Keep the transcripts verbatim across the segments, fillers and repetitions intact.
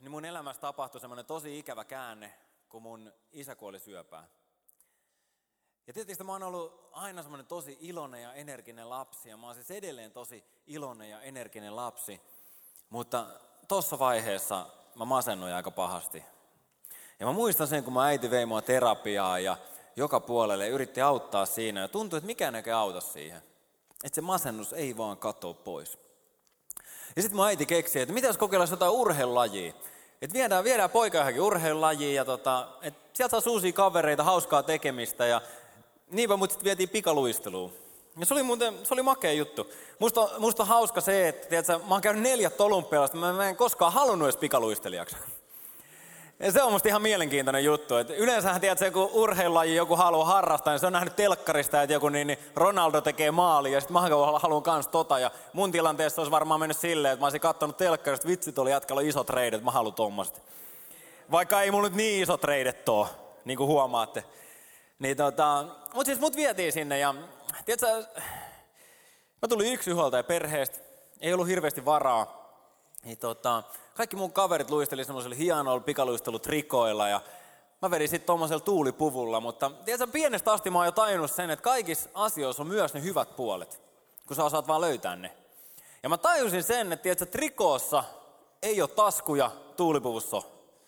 niin mun elämässä tapahtui semmoinen tosi ikävä käänne, kun mun isä kuoli syöpään. Ja tietysti mä oon ollut aina semmoinen tosi iloinen ja energinen lapsi, ja mä oon siis edelleen tosi iloinen ja energinen lapsi. Mutta tossa vaiheessa mä masennuin aika pahasti. Ja mä muistan sen, kun mä äiti vei mua terapiaan ja joka puolelle yritti auttaa siinä. Ja tuntui, että mikään ei auta siihen. Että se masennus ei vaan katoa pois. Ja sitten mun äiti keksi, että mitä jos kokeillaan jotain urheilulajia. Että viedään, viedään poika johonkin urheilulajiin ja tota, että sieltä saa uusia kavereita, hauskaa tekemistä. Ja niinpä mut sitten vietiin pikaluisteluun. Ja se oli muuten, se oli makea juttu. Musta, musta on hauska se, että tiedätkö, mä oon käynyt neljät olympialaista, mä, mä en koskaan halunnut edes pikaluistelijaksi. Ja se on musta ihan mielenkiintoinen juttu. Että yleensähän tiedätkö, joku urheilulaji, joku haluaa harrastaa, niin se on nähnyt telkkarista, että joku niin, niin Ronaldo tekee maali ja sitten mä haluan kans tota. Ja mun tilanteessa olisi varmaan mennyt silleen, että mä olisin katsonut telkkarista, vitsi tuolla jätkällä on isot reidet, mä haluan tommoista. Vaikka ei mulla nyt niin isot reidet ole, niin kuin huomaatte. Niin tota, mut siis mut vietiin sinne ja tiedätkö, mä tulin yksinhuoltaja perheestä, ei ollut hirveästi varaa. Niin tota, kaikki mun kaverit luisteli semmoisella hienoilla pikaluistelutrikoilla ja mä vedin sitten tommosella tuulipuvulla. Mutta tiedätkö, pienestä asti mä oon jo tajunnut sen, että kaikissa asioissa on myös ne hyvät puolet, kun sä osaat vaan löytää ne. Ja mä tajusin sen, että tiedätkö, trikoossa ei ole taskuja, tuulipuvussa on.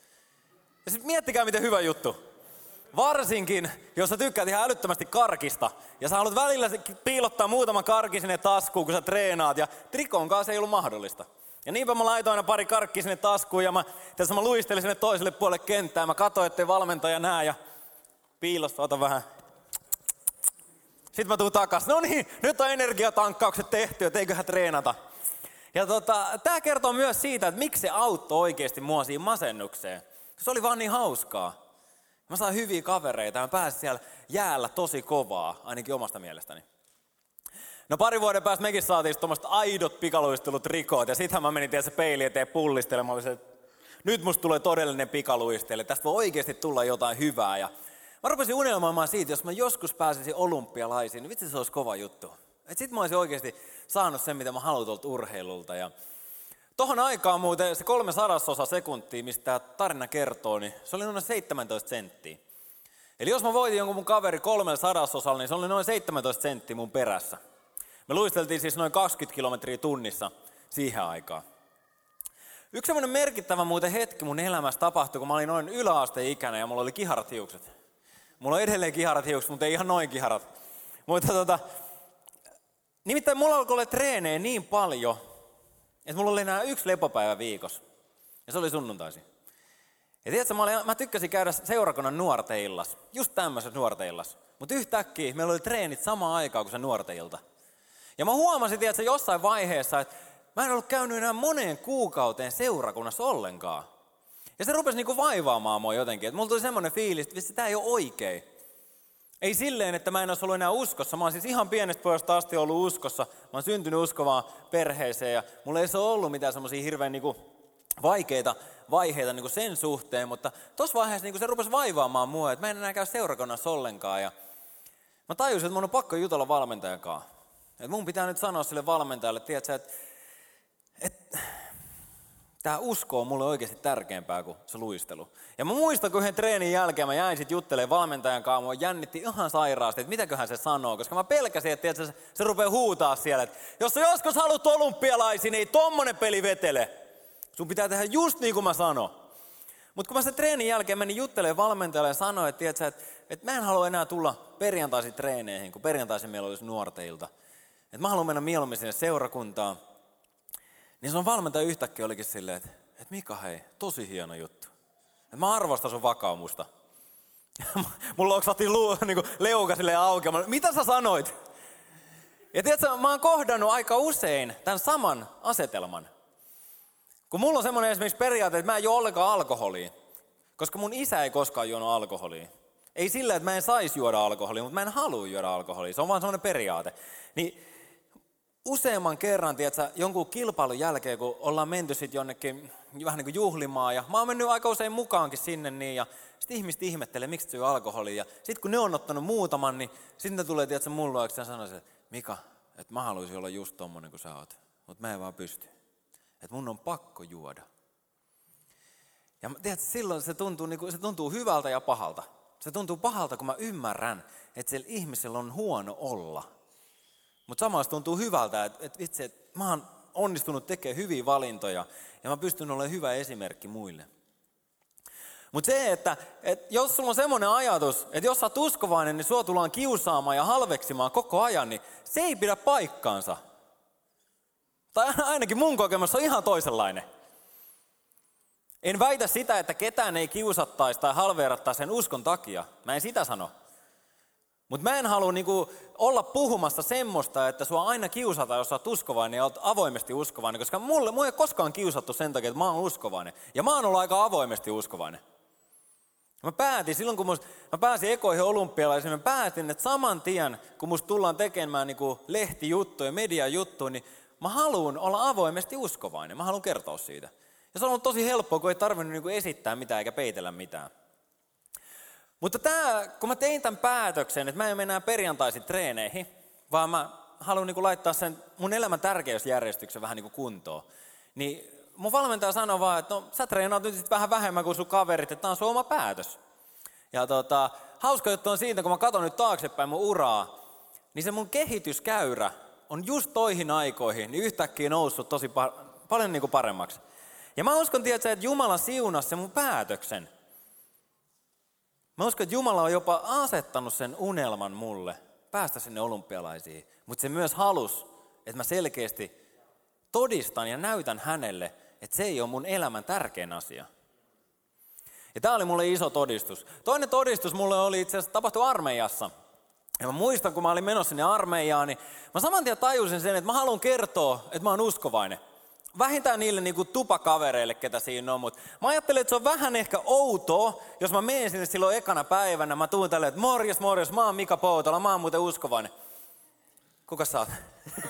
Ja sit miettikää miten hyvä juttu. Varsinkin, jos sä tykkäät ihan älyttömästi karkista ja sä haluat välillä piilottaa muutaman karkin sinne taskuun, kun sä treenaat ja trikon kanssa ei ollut mahdollista. Ja niinpä mä laitoin aina pari karkkia sinne taskuun ja mä, tässä mä luistelin sinne toiselle puolelle kenttää. Mä katsoin, ettei valmentaja näe ja piilosta, ota vähän. Sitten mä tuun takas. No niin, nyt on energiatankkaukset tehty, et eiköhän treenata. Ja tota, tää kertoo myös siitä, että miksi se auttoi oikeasti mua siihen masennukseen. Se oli vaan niin hauskaa. Mä sain hyviä kavereita ja mä pääsin siellä jäällä tosi kovaa, ainakin omasta mielestäni. No pari vuoden päästä mekin saatiin tuommoiset aidot pikaluistelutrikoot ja sittenhän mä menin tietysti peiliin eteen pullistelemaan. Mä olin se, että nyt musta tulee todellinen pikaluistelu, tästä voi oikeasti tulla jotain hyvää. Ja mä rupesin unelmoimaan siitä, jos mä joskus pääsisin olympialaisiin, niin vitsi se olisi kova juttu. Et sit mä olisin oikeasti saanut sen, mitä mä haluan tuolta urheilulta. Ja tohon aikaan muuten se kolme sadasosa sekuntia, mistä tämä tarina kertoo, niin se oli noin seitsemäntoista senttiä. Eli jos mä voitin jonkun mun kaveri kolmella sadasosalla, niin se oli noin seitsemäntoista senttiä mun perässä. Me luisteltiin siis noin kaksikymmentä kilometriä tunnissa siihen aikaan. Yksi semmoinen merkittävä muuten hetki mun elämässä tapahtui, kun mä olin noin yläasteikäinen ja mulla oli kiharat hiukset. Mulla on edelleen kiharat hiukset, mutta ei ihan noin kiharat. Mutta tota, nimittäin mulla alkoi olla treenejä niin paljon, että mulla oli enää yksi lepopäivä viikossa. Ja se oli sunnuntaisin. Ja tiedätkö, mä, olin, mä tykkäsin käydä seurakunnan nuorten illas. Just tämmöisessä nuorten illas. Mutta yhtäkkiä meillä oli treenit samaan aikaan kuin se nuorten ilta. Ja mä huomasin, tiedätkö, jossain vaiheessa, että mä en ollut käynyt enää moneen kuukauteen seurakunnassa ollenkaan. Ja se rupesi niinku vaivaamaan mua jotenkin. Että mulla tuli semmoinen fiilis, että tää ei ole oikein. Ei silleen, että mä en olisi ollut enää uskossa. Mä oon siis ihan pienestä pojasta asti ollut uskossa. Mä oon syntynyt uskovaan perheeseen ja mulla ei se ollut mitään semmoisia hirveän niinku vaikeita vaiheita niinku sen suhteen. Mutta tossa vaiheessa niinku se rupesi vaivaamaan mua, että mä en enää käy seurakunnassa ollenkaan. Ja mä tajusin, että mun on pakko jutella valmentajan kanssa. Että mun pitää nyt sanoa sille valmentajalle, tiedätkö, että, että tämä usko on mulle oikeasti tärkeämpää kuin se luistelu. Ja mä muistan, kun yhden treenin jälkeen mä jäin sitten juttelemaan valmentajan kanssa, mua jännitti ihan sairaasti, että mitäköhän se sanoo, koska mä pelkäsin, että tiedätkö, se rupeaa huutaa siellä, että jos sä joskus haluat olympialaisiin, niin ei tommonen peli vetele. Sun pitää tehdä just niin kuin mä sanon. Mutta kun mä sen treenin jälkeen menin juttelemaan valmentajalle ja sanoin, että, tiedätkö, että, että mä en halua enää tulla perjantaisin treeneihin, kun perjantaisin meillä olisi nuorten ilta. Että mä haluan mennä mieluummin sinne seurakuntaan. Niin sun valmentaja yhtäkkiä olikin silleen, että, että Mika hei, tosi hieno juttu. Että mä arvostan sun vakaumusta. Mulla oksahti luu, niin kuin leuka silleen auki. Mä, mitä sä sanoit? Ja tiedätkö, mä oon kohdannut aika usein tämän saman asetelman. Kun mulla on semmoinen esimerkiksi periaate, että mä en juo ollenkaan alkoholia. Koska mun isä ei koskaan juonut alkoholia. Ei sillä, että mä en saisi juoda alkoholia, mutta mä en halua juoda alkoholia. Se on vaan semmoinen periaate. Niin useamman kerran, tiedätkö, jonkun kilpailun jälkeen, kun ollaan menty sitten jonnekin vähän niin kuin juhlimaan, ja mä oon mennyt aika usein mukaankin sinne, niin, ja sitten ihmiset ihmettelee, miksi syö alkoholia, ja sitten kun ne on ottanut muutaman, niin sitten ne tulee, tiedätkö, mulla ja sanoo, että Mika, että mä haluaisin olla just tommonen kuin sä oot, mutta mä en vaan pysty, että mun on pakko juoda. Ja tiedätkö, silloin se tuntuu, niin kuin, se tuntuu hyvältä ja pahalta. Se tuntuu pahalta, kun mä ymmärrän, että sillä ihmisellä on huono olla. Mutta samalla se tuntuu hyvältä, että, että itse, että mä oon onnistunut tekemään hyviä valintoja ja mä pystyn olemaan hyvä esimerkki muille. Mutta se, että, että jos sulla on semmoinen ajatus, että jos sä oot uskovainen, niin sua tullaan kiusaamaan ja halveksimaan koko ajan, niin se ei pidä paikkaansa. Tai ainakin mun kokemus on ihan toisenlainen. En väitä sitä, että ketään ei kiusattaisi tai halveerattaisi sen uskon takia. Mä en sitä sano. Mutta mä en halua niinku olla puhumassa semmoista, että sua aina kiusataan, jos sä oot uskovainen ja oot avoimesti uskovainen. Koska mulle, mulle ei koskaan kiusattu sen takia, että mä oon uskovainen. Ja mä oon ollut aika avoimesti uskovainen. Mä päätin, silloin kun musta, mä pääsin ekoihin olympialaisiin, mä päätin, että saman tien, kun musta tullaan tekemään niinku lehtijuttuja, mediajuttuja, niin mä haluan olla avoimesti uskovainen. Mä haluan kertoa siitä. Ja se on ollut tosi helppoa, kun ei tarvinnut niinku esittää mitään eikä peitellä mitään. Mutta tää, kun mä tein tämän päätöksen, että mä en mennä perjantaisin treeneihin, vaan mä haluan niinku laittaa sen mun elämän tärkeysjärjestyksen vähän niinku kuntoon, niin mun valmentaja sanoi vaan, että no sä treenaat nyt sit vähän vähemmän kuin sun kaverit, että tää on sun oma päätös. Ja tota, hauska juttu on siitä, kun mä katson nyt taaksepäin mun uraa, niin se mun kehityskäyrä on just toihin aikoihin niin yhtäkkiä noussut tosi pa- paljon niinku paremmaksi. Ja mä uskon, tiedätkö, että Jumala siunasi sen mun päätöksen. Mä uskon, että Jumala on jopa asettanut sen unelman mulle päästä sinne olympialaisiin. Mutta se myös halusi, että mä selkeästi todistan ja näytän hänelle, että se ei ole mun elämän tärkein asia. Ja tää oli mulle iso todistus. Toinen todistus mulle oli itse asiassa tapahtui armeijassa. Ja mä muistan, kun mä olin menossa sinne armeijaan, niin mä saman tien tajusin sen, että mä haluan kertoa, että mä oon uskovainen. Vähintään niille niinku tupakavereille, ketä siinä on, mutta mä ajattelin, että se on vähän ehkä outoa, jos mä menen sinne silloin ekana päivänä, mä tuun tälleen, että morjes, morjes, mä oon Mika Poutola, mä oon muuten uskovainen. Kuka sä oot?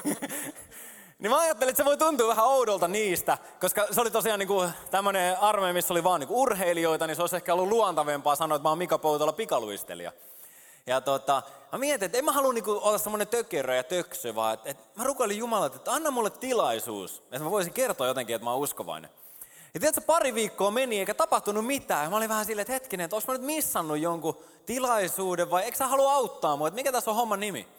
Niin mä ajattelin, että se voi tuntua vähän oudolta niistä, koska se oli tosiaan niinku tämmönen armeija, missä oli vaan niinku urheilijoita, niin se olisi ehkä ollut luontavempaa sanoa, että mä oon Mika Poutola pikaluistelija. Ja tota, mä mietin, että en mä halua niinku olla semmoinen tökerö ja töksö, vaan että, että mä rukoilin Jumalalta, että anna mulle tilaisuus, että mä voisin kertoa jotenkin, että mä oon uskovainen. Ja tiedätkö, pari viikkoa meni eikä tapahtunut mitään. Ja mä olin vähän silleen, että hetkinen, että olis mä nyt missannut jonkun tilaisuuden vai eikö sä halua auttaa mua, että mikä tässä on homman nimi?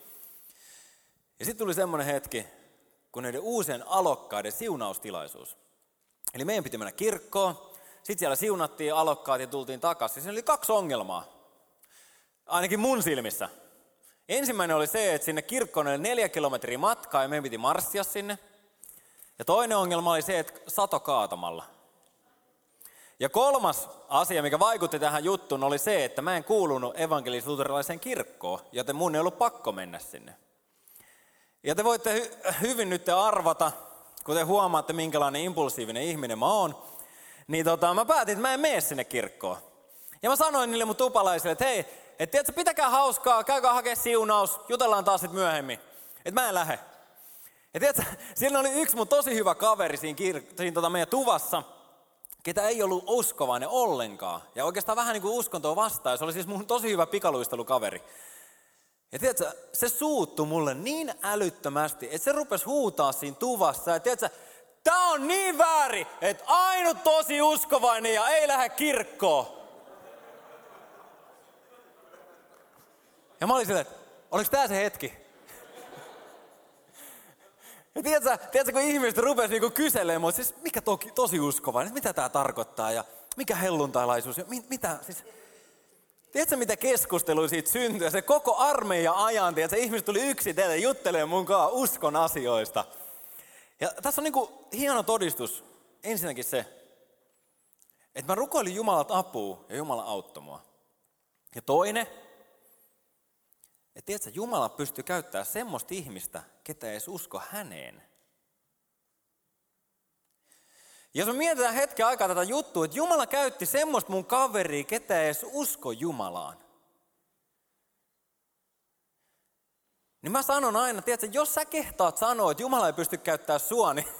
Ja sitten tuli semmoinen hetki, kun näiden uusien alokkaiden siunaustilaisuus. Eli meidän piti mennä kirkkoon, sitten siellä siunattiin alokkaat ja tultiin takaisin. Siinä oli kaksi ongelmaa. Ainakin mun silmissä. Ensimmäinen oli se, että sinne kirkkoon oli neljä kilometriä matkaa ja meidän piti marssia sinne. Ja toinen ongelma oli se, että sato kaatamalla. Ja kolmas asia, mikä vaikutti tähän juttuun, oli se, että mä en kuulunut evankelis-luterilaiseen kirkkoon, joten mun ei ollut pakko mennä sinne. Ja te voitte hy- hyvin nyt arvata, kun te huomaatte, minkälainen impulsiivinen ihminen mä oon, niin tota, mä päätin, että mä en mene sinne kirkkoon. Ja mä sanoin niille mun tupalaisille, että hei, että tiedätkö, pitäkää hauskaa, käykää hakea siunaus, jutellaan taas sit myöhemmin. Että mä en lähde. Ja tiedätkö, siellä oli yksi mun tosi hyvä kaveri siinä, kir- siinä tota meidän tuvassa, ketä ei ollut uskovainen ollenkaan. Ja oikeastaan vähän niin kuin uskontoa vastaan. Se oli siis mun tosi hyvä pikaluistelukaveri. Ja tiedätkö, se suuttui mulle niin älyttömästi, että se rupesi huutaa siinä tuvassa. Ja tiedätkö, tää on niin väärin, että ainut tosi uskovainen ja ei lähde kirkkoon. Ja mä olin silleen, että oliko tää se hetki? Ja tiedätkö, tiedätkö kun ihmiset rupesi niinku kyselemään, mutta siis mikä toki, tosi uskovainen, mitä tää tarkoittaa ja mikä helluntailaisuus ja mit, mitä siis... Tiedätkö mitä keskustelua siitä syntyi ja se koko armeija ajan, tiedätkö, ihmiset tuli yksitellen juttelemaan munkaan uskon asioista. Ja tässä on niinku hieno todistus, ensinnäkin se, että mä rukoilin Jumalalta apua ja Jumala auttoi mua. Ja toinen, että tiedätkö, Jumala pystyy käyttämään semmoista ihmistä, ketä ei edes usko häneen. Jos me mietitään hetken aikaa tätä juttua, että Jumala käytti semmoista mun kaveria, ketä ei edes usko Jumalaan. Niin mä sanon aina, tiedätkö, jos sä kehtaat sanoa, että Jumala ei pysty käyttämään sua, niin,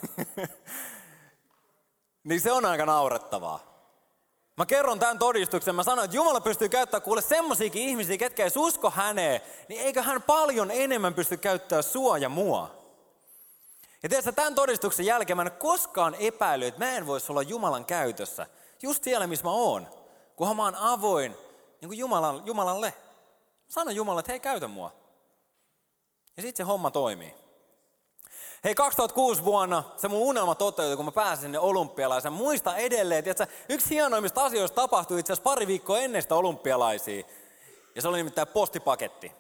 niin se on aika naurettavaa. Mä kerron tämän todistuksen, mä sanon, että Jumala pystyy käyttämään kuule semmosiakin ihmisiä, ketkä ei usko häneen, niin eikö hän paljon enemmän pysty käyttämään sua ja mua. Ja tiedätkö, tämän todistuksen jälkeen mä en koskaan epäily, että mä en voisi olla Jumalan käytössä Just siellä, missä mä oon. Kunhan mä oon avoin niin kuin Jumalan, Jumalalle. Sano Jumalalle, että hei, käytä mua. Ja sitten se homma toimii. Hei, kaksituhattakuusi vuonna se mun unelma toteutui, kun mä pääsin sinne olympialaisiin. Muista edelleen, että yksi hienoimmista asioista tapahtui itse asiassa pari viikkoa ennen sitä olympialaisia. Ja se oli nimittäin postipaketti.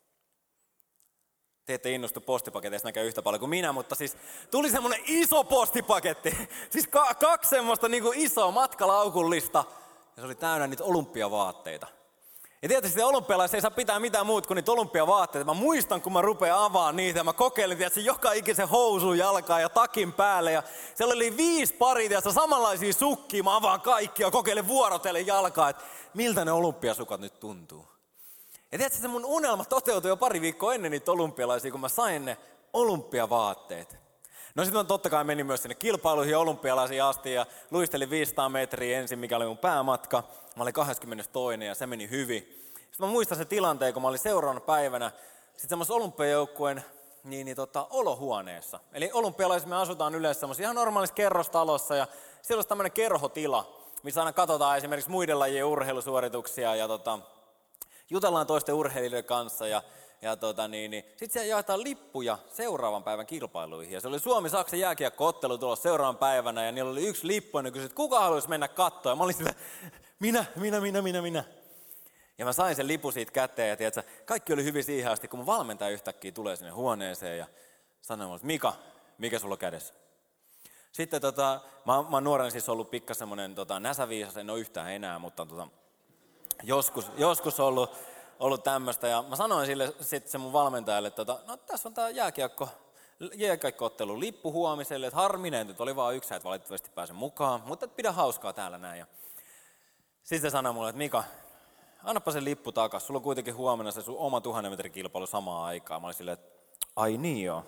Te ette innostu postipaketeista näkään yhtä paljon kuin minä, mutta siis tuli semmoinen iso postipaketti. Siis ka- kaksi semmoista niin kuin isoa matkalaukullista. Ja se oli täynnä niitä olympiavaatteita. Ja tietysti olympialaisissa ei saa pitää mitään muuta kuin niitä olympiavaatteita. Mä muistan, kun mä rupean avaamaan niitä ja mä kokeilin tietysti joka ikisen housun jalkaan ja takin päälle. Ja siellä oli viisi paria ja samanlaisia sukkia. Mä avaan kaikki ja kokeilen vuorotellen jalkaa, että miltä ne olympiasukat nyt tuntuu. Ja tiedätkö, se mun unelma toteutui jo pari viikkoa ennen niitä olympialaisia, kun mä sain ne olympiavaatteet. No sitten mä totta kai menin myös sinne kilpailuihin ja olympialaisiin asti ja luistelin viisisataa metriä ensin, mikä oli mun päämatka. Mä olin kahdeskymmenestoinen ja se meni hyvin. Sitten mä muistan sen tilanteen, kun mä olin seuraavana päivänä sitten semmoisen olympiajoukkueen niin, niin, tota, olohuoneessa. Eli olympialaisissa me asutaan yleensä semmoisessa ihan normaalissa kerrostalossa ja siellä olisi tämmöinen kerhotila, missä aina katsotaan esimerkiksi muiden lajien urheilusuorituksia ja tota, jutellaan toisten urheilijoiden kanssa ja, ja tota, niin, niin. Sitten siellä jaetaan lippuja seuraavan päivän kilpailuihin. Ja se oli Suomi-Saksan jääkiekkoottelu tulossa seuraavan päivänä ja niillä oli yksi lippu ja ne kysyivät, että kuka haluaisi mennä katsoa. Ja mä olin sillä, minä, minä, minä, minä, minä. Ja mä sain sen lipun siitä käteen ja tiedätkö, kaikki oli hyvin siihen asti, kun mun valmentaja yhtäkkiä tulee sinne huoneeseen ja sanoo, että Mika, mikä sulla on kädessä? Sitten tota, mä, mä oon nuoren siis ollut pikkas semmonen tota, näsäviisas, en ole yhtään enää, mutta tota, joskus, joskus ollut, ollut tämmöistä. Ja mä sanoin sille sitten se mun valmentajalle, että tota, no tässä on tää jääkiekko, jääkiekko-ottelun lippu huomiselle, että harminen, että oli vaan yksi, että valitettavasti pääsen mukaan, mutta pidä hauskaa täällä näin. Ja sitten se sanoi mulle, että Mika, annapa se lippu takas, sulla on kuitenkin huomenna se sun oma tuhannen metrin kilpailu samaan aikaan. Mä olin silleen, että ai niin joo.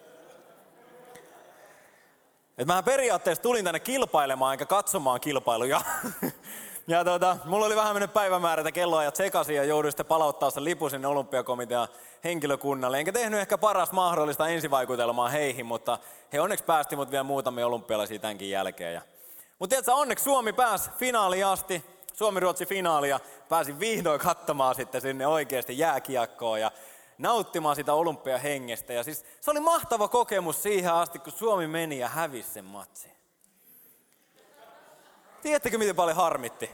Et mähän periaatteessa tulin tänne kilpailemaan enkä katsomaan kilpailuja. Ja tota, mulla oli vähän mennyt päivämäärät ja kelloajat sekaisin ja jouduin sitten palauttaa sen lipun sinne olympiakomitean henkilökunnalle. Enkä tehnyt ehkä parasta mahdollista ensivaikutelmaa heihin, mutta he onneksi päästi mut vielä muutamia olympialaisia tämänkin jälkeen. Mutta tiedätkö, onneksi Suomi pääsi finaaliin asti, Suomi-Ruotsi finaali ja pääsin vihdoin katsomaan sitten sinne oikeasti jääkiekkoon ja nauttimaan sitä olympiahengestä. Ja siis se oli mahtava kokemus siihen asti, kun Suomi meni ja hävisi sen matsin. Tiedättekö, miten paljon harmitti?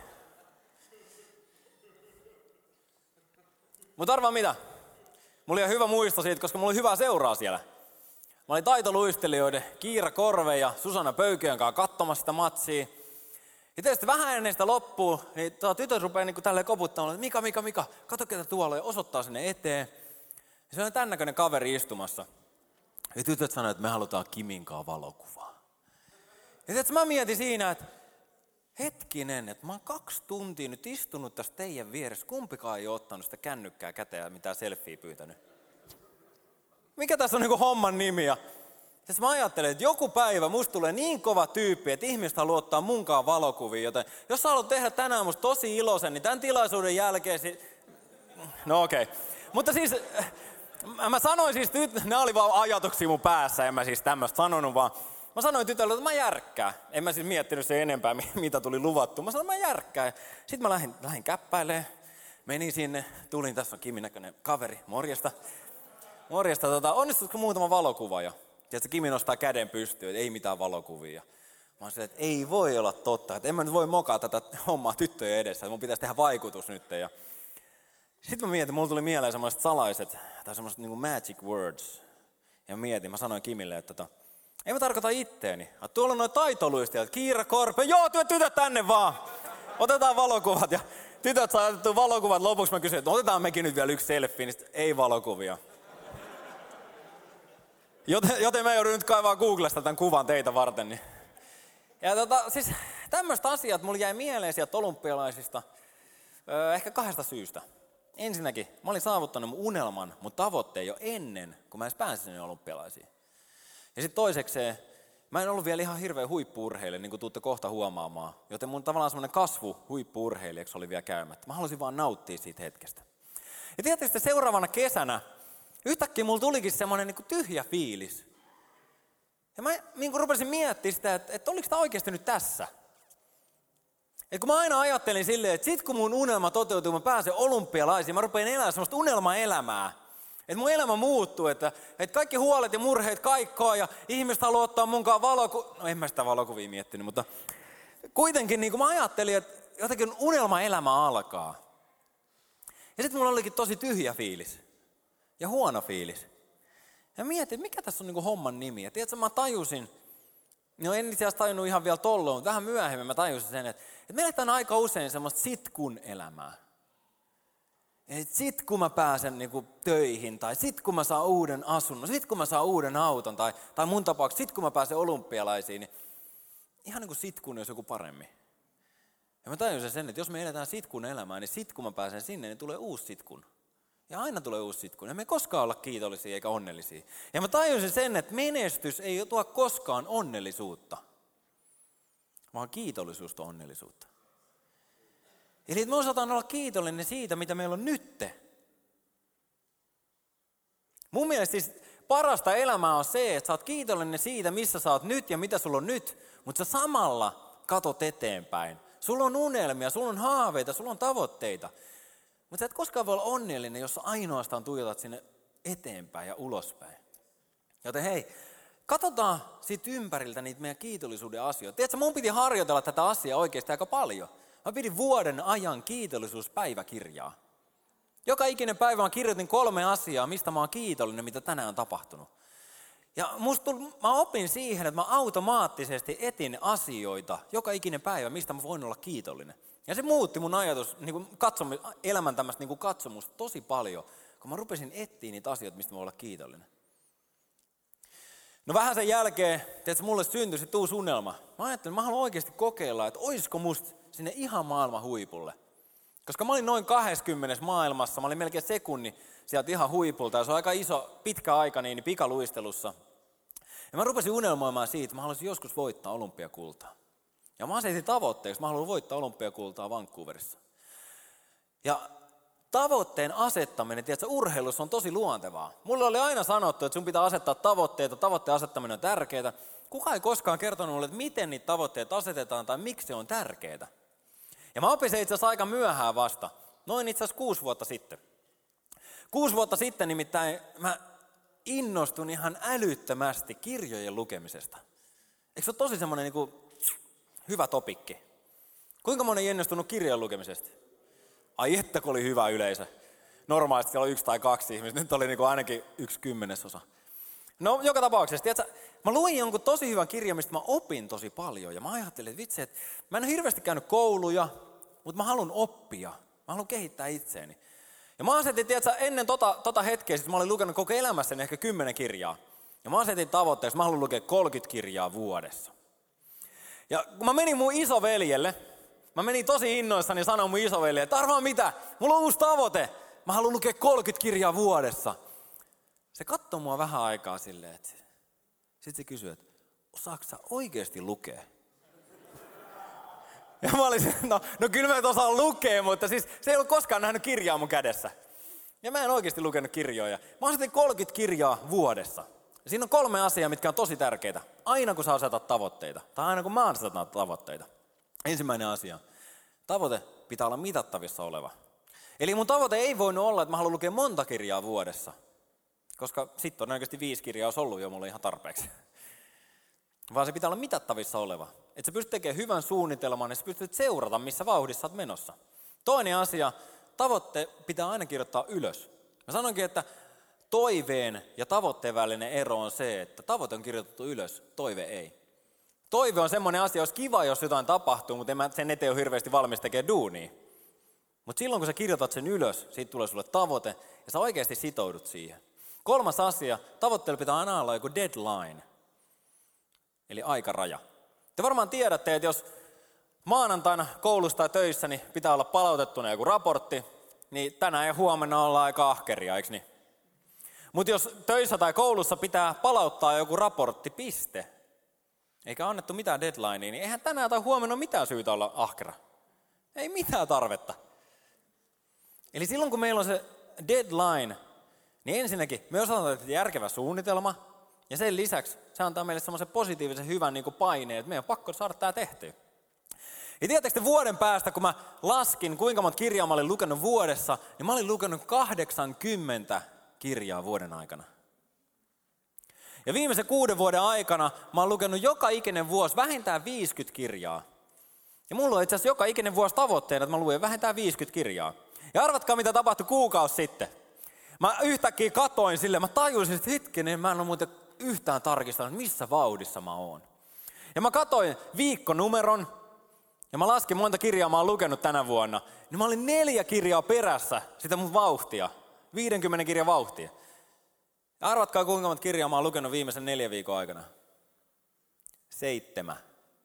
Mutta arvaa mitä? Mulla oli hyvä muisto siitä, koska mulla oli hyvää seuraa siellä. Mä olin taitoluistelijoiden Kiira Korve ja Susanna Pöyköön kanssa katsomassa sitä matsia. Ja tietysti vähän ennen sitä loppuu, niin tytöt rupeaa niin tälleen koputtamaan, että Mika, Mika, Mika, katso ketä tuolla ja osoittaa sinne eteen. Ja se on tämän näköinen kaveri istumassa. Ja tytöt sanoo, että me halutaan Kiminkaan valokuvaa. Ja tiedätkö, mä mietin siinä, että hetkinen, että mä oon kaksi tuntia nyt istunut tässä teidän vieressä. Kumpikaan ei ole ottanut sitä kännykkää käteen ja mitään selfieä pyytänyt. Mikä tässä on niin kuin homman nimi? Ja siis mä ajattelen, että joku päivä musta tulee niin kova tyyppi, että ihmiset haluaa ottaa munkaan valokuvia. Joten jos sä haluat tehdä tänään musta tosi iloisen, niin tämän tilaisuuden jälkeen... Si- no okei. Okay. Mutta siis... Mä sanoin siis, nyt ne oli vaan ajatuksia mun päässä, en mä siis tämmöistä sanonut, vaan mä sanoin tytölle, että mä järkkään. En mä siis miettinyt sen enempää, mitä tuli luvattu. Mä sanoin, että mä järkkään. Sitten mä lähdin, lähdin käppäilemään, menin sinne, tulin, tässä on Kimin näköinen kaveri, morjesta. Morjesta, tota, onnistutko muutama valokuva? Ja tiedätkö, Kimi nostaa käden pystyyn, että ei mitään valokuvia. Mä oon silleen, että ei voi olla totta, että en mä nyt voi mokaa tätä hommaa tyttöjen edessä, että mun pitäisi tehdä vaikutus nyt. Ja sitten mä mietin, mulla tuli mieleen semmoiset salaiset, tai semmoiset niinku magic words. Ja mä mietin, mä sanoin Kimille, että tota, ei mä tarkoita itteeni. Tuolla on noin taitoluistelijat, Kiira Korpe, joo tytöt, tytöt tänne vaan. Otetaan valokuvat ja tytöt saa otettua valokuvat. Lopuksi mä kysyin, että otetaan mekin nyt vielä yksi selfie, niin ei valokuvia. Joten, joten mä joudun nyt kaivaa Googlesta tämän kuvan teitä varten. Niin. Ja tota, siis tämmöiset asiat mulla jäi mieleen sieltä olympialaisista öö, ehkä kahdesta syystä. Ensinnäkin, mä olin saavuttanut mun unelman, mun tavoitteen jo ennen, kun mä edes pääsin sinne olympialaisiin. Ja sitten toisekseen, mä en ollut vielä ihan hirveä huippu-urheilija, niin kuin tuutte kohta huomaamaan. Joten mun tavallaan semmoinen kasvu huippu-urheilijaksi oli vielä käymättä. Mä halusin vaan nauttia siitä hetkestä. Ja tietysti seuraavana kesänä, yhtäkkiä mulla tulikin semmoinen niin kuin tyhjä fiilis. Ja mä niin kuin rupesin miettimään sitä, että, että oliko tämä oikeasti nyt tässä? Et kun mä aina ajattelin silleen, että sit kun mun unelma toteutuu, mä pääsen olympialaisiin, mä rupean elämään semmoista unelmaelämää. Että mun elämä muuttuu, että, että kaikki huolet ja murheet kaikkoa ja ihmiset haluaa ottaa munkaan valokuvia. No en mä sitä valokuvia miettinyt, mutta kuitenkin niin kuin mä ajattelin, että jotenkin unelmaelämä alkaa. Ja sitten mulla olikin tosi tyhjä fiilis ja huono fiilis. Ja mietin, että mikä tässä on niin kuin homman nimi. Ja tiedätkö, mä tajusin, no en itse asiassa tajunnut ihan vielä tolloin, mutta vähän myöhemmin mä tajusin sen, että, että me eletään aika usein semmoista sitkun elämää. Et sit kun mä pääsen niinku töihin, tai sit kun mä saan uuden asunnon, sit kun mä saan uuden auton, tai, tai mun tapauksessa sit kun mä pääsen olympialaisiin, niin ihan niin kuin sitkun jos joku paremmin. Ja mä tajusin sen, että jos me eletään sitkun elämää, niin sit kun mä pääsen sinne, niin tulee uusi sitkun. Ja aina tulee uusi sitkun. Ja me ei koskaan olla kiitollisia eikä onnellisia. Ja mä tajusin sen, että menestys ei tuo koskaan onnellisuutta, vaan kiitollisuus tuo onnellisuutta. Eli me osataan olla kiitollinen siitä, mitä meillä on nytte. Mun mielestä siis parasta elämää on se, että sä oot kiitollinen siitä, missä sä oot nyt ja mitä sulla on nyt, mutta sä samalla katot eteenpäin. Sulla on unelmia, sulla on haaveita, sulla on tavoitteita. Mutta sä et koskaan voi olla onnellinen, jos sä ainoastaan tuijotat sinne eteenpäin ja ulospäin. Joten hei, katsotaan siitä ympäriltä niitä meidän kiitollisuuden asioita. Tiedätkö, mun piti harjoitella tätä asiaa oikeasti aika paljon. Mä pidin vuoden ajan kiitollisuuspäiväkirjaa. Joka ikinen päivä mä kirjoitin kolme asiaa, mistä mä oon kiitollinen, mitä tänään on tapahtunut. Ja musta tuli, mä opin siihen, että mä automaattisesti etin asioita joka ikinen päivä, mistä mä voin olla kiitollinen. Ja se muutti mun ajatus, niin kuin katsomus, elämän tämmöistä niin kuin katsomusta tosi paljon, kun mä rupesin etsiä niitä asioita, mistä mä voin olla kiitollinen. No vähän sen jälkeen, tiedätkö, mulle syntyi sitten uusi unelma. Mä ajattelin, että mä haluan oikeasti kokeilla, että olisiko musta sinne ihan maailman huipulle. Koska mä olin noin kaksikymmentä maailmassa, mä olin melkein sekunni sieltä ihan huipulta, ja se on aika iso, pitkä aika niin pikaluistelussa. Ja mä rupesin unelmoimaan siitä, että mä haluaisin joskus voittaa olympiakultaa. Ja mä asetin tavoitteeksi, mä haluan voittaa olympiakultaa Vancouverissa. Ja tavoitteen asettaminen, tiedätkö, urheilussa on tosi luontevaa. Mulle oli aina sanottu, että sun pitää asettaa tavoitteita, tavoitteen asettaminen on tärkeää. Kukaan ei koskaan kertonut mulle, että miten niitä tavoitteita asetetaan tai miksi se on tärkeää. Ja mä opin se itse asiassa aika myöhään vasta, noin itse asiassa kuusi vuotta sitten. Kuusi vuotta sitten nimittäin mä innostun ihan älyttömästi kirjojen lukemisesta. Eikö se ole tosi semmoinen niin kuin hyvä topikki? Kuinka moni on innostunut kirjojen lukemisesta? Ai että kun oli hyvä yleisö. Normaalisti siellä on yksi tai kaksi ihmistä, nyt oli niin kuin ainakin yksi kymmenesosa. No joka tapauksessa, tiedätkö, mä luin jonkun tosi hyvän kirjan, mistä mä opin tosi paljon. Ja mä ajattelin, että vitsi, että mä en ole hirveästi käynyt kouluja, mutta mä haluan oppia. Mä haluan kehittää itseäni. Ja mä asetin, tiedätkö, ennen tota, tota hetkeä, siis mä olin lukenut koko elämässäni ehkä kymmenen kirjaa. Ja mä asetin tavoitteeksi, mä haluan lukea kolmekymmentä kirjaa vuodessa. Ja kun mä menin mun isoveljelle, mä menin tosi innoissani ja sanoin mun isoveljelle, että arvaa mitä, mulla on uusi tavoite. Mä haluan lukea kolmekymmentä kirjaa vuodessa. Se katsoi mua vähän aikaa silleen, että sitten se kysyi, että osaatko sä oikeasti lukea? Ja mä olin, no, no kyllä mä et osaa lukea, mutta siis se ei ollut koskaan nähnyt kirjaa mun kädessä. Ja mä en oikeasti lukenut kirjoja. Mä asetin kolmekymmentä kirjaa vuodessa. Ja siinä on kolme asiaa, mitkä on tosi tärkeitä. Aina kun sä asetat tavoitteita, tai aina kun mä asetan tavoitteita. Ensimmäinen asia, tavoite pitää olla mitattavissa oleva. Eli mun tavoite ei voinut olla, että mä haluan lukea monta kirjaa vuodessa. Koska sitten todennäköisesti viisi kirjaa olisi ollut jo mulle ihan tarpeeksi. Vaan se pitää olla mitattavissa oleva. Että sä pystyt tekemään hyvän suunnitelman ja sä pystyt seurata, missä vauhdissa olet menossa. Toinen asia, tavoitte pitää aina kirjoittaa ylös. Mä sanoinkin, että toiveen ja tavoitteen välinen ero on se, että tavoite on kirjoitettu ylös, toive ei. Toive on semmoinen asia, jos kiva, jos jotain tapahtuu, mutta en mä sen eteen ole hirveästi valmis tekemään duunia. Mutta silloin, kun sä kirjoitat sen ylös, siitä tulee sulle tavoite ja sä oikeasti sitoudut siihen. Kolmas asia, tavoitteella pitää aina olla joku deadline, eli aikaraja. Te varmaan tiedätte, että jos maanantaina koulussa tai töissä niin pitää olla palautettuna joku raportti, niin tänään ja huomenna ollaan aika ahkeria, eikö niin? Mutta jos töissä tai koulussa pitää palauttaa joku raportti, piste, eikä annettu mitään deadlinea, niin eihän tänään tai huomenna ole mitään syytä olla ahkera. Ei mitään tarvetta. Eli silloin kun meillä on se deadline, niin ensinnäkin me osataan tehdä järkevä suunnitelma, ja sen lisäksi se antaa meille semmoisen positiivisen hyvän niin kuin paineen, että meidän on pakko saada tämä tehtyä. Ja tiedättekö vuoden päästä, kun mä laskin, kuinka monta kirjaa mä olin lukenut vuodessa, niin mä olin lukenut kahdeksankymmentä kirjaa vuoden aikana. Ja viimeisen kuuden vuoden aikana mä oon lukenut joka ikinen vuosi vähintään viisikymmentä kirjaa. Ja mulla on itse asiassa joka ikinen vuosi tavoitteena, että mä luen vähintään viisikymmentä kirjaa. Ja arvatkaa, mitä tapahtui kuukausi sitten. Mä yhtäkkiä katoin silleen, mä tajusin, että hetkinen, mä en ole muuten yhtään tarkistanut, missä vauhdissa mä oon. Ja mä katoin viikkonumeron, ja mä laskin monta kirjaa mä oon lukenut tänä vuonna. Niin mä olin neljä kirjaa perässä sitä mun vauhtia, viidenkymmenen kirjan vauhtia. Ja arvatkaa, kuinka monta kirjaa mä oon lukenut viimeisen neljän viikon aikana. Seitsemän.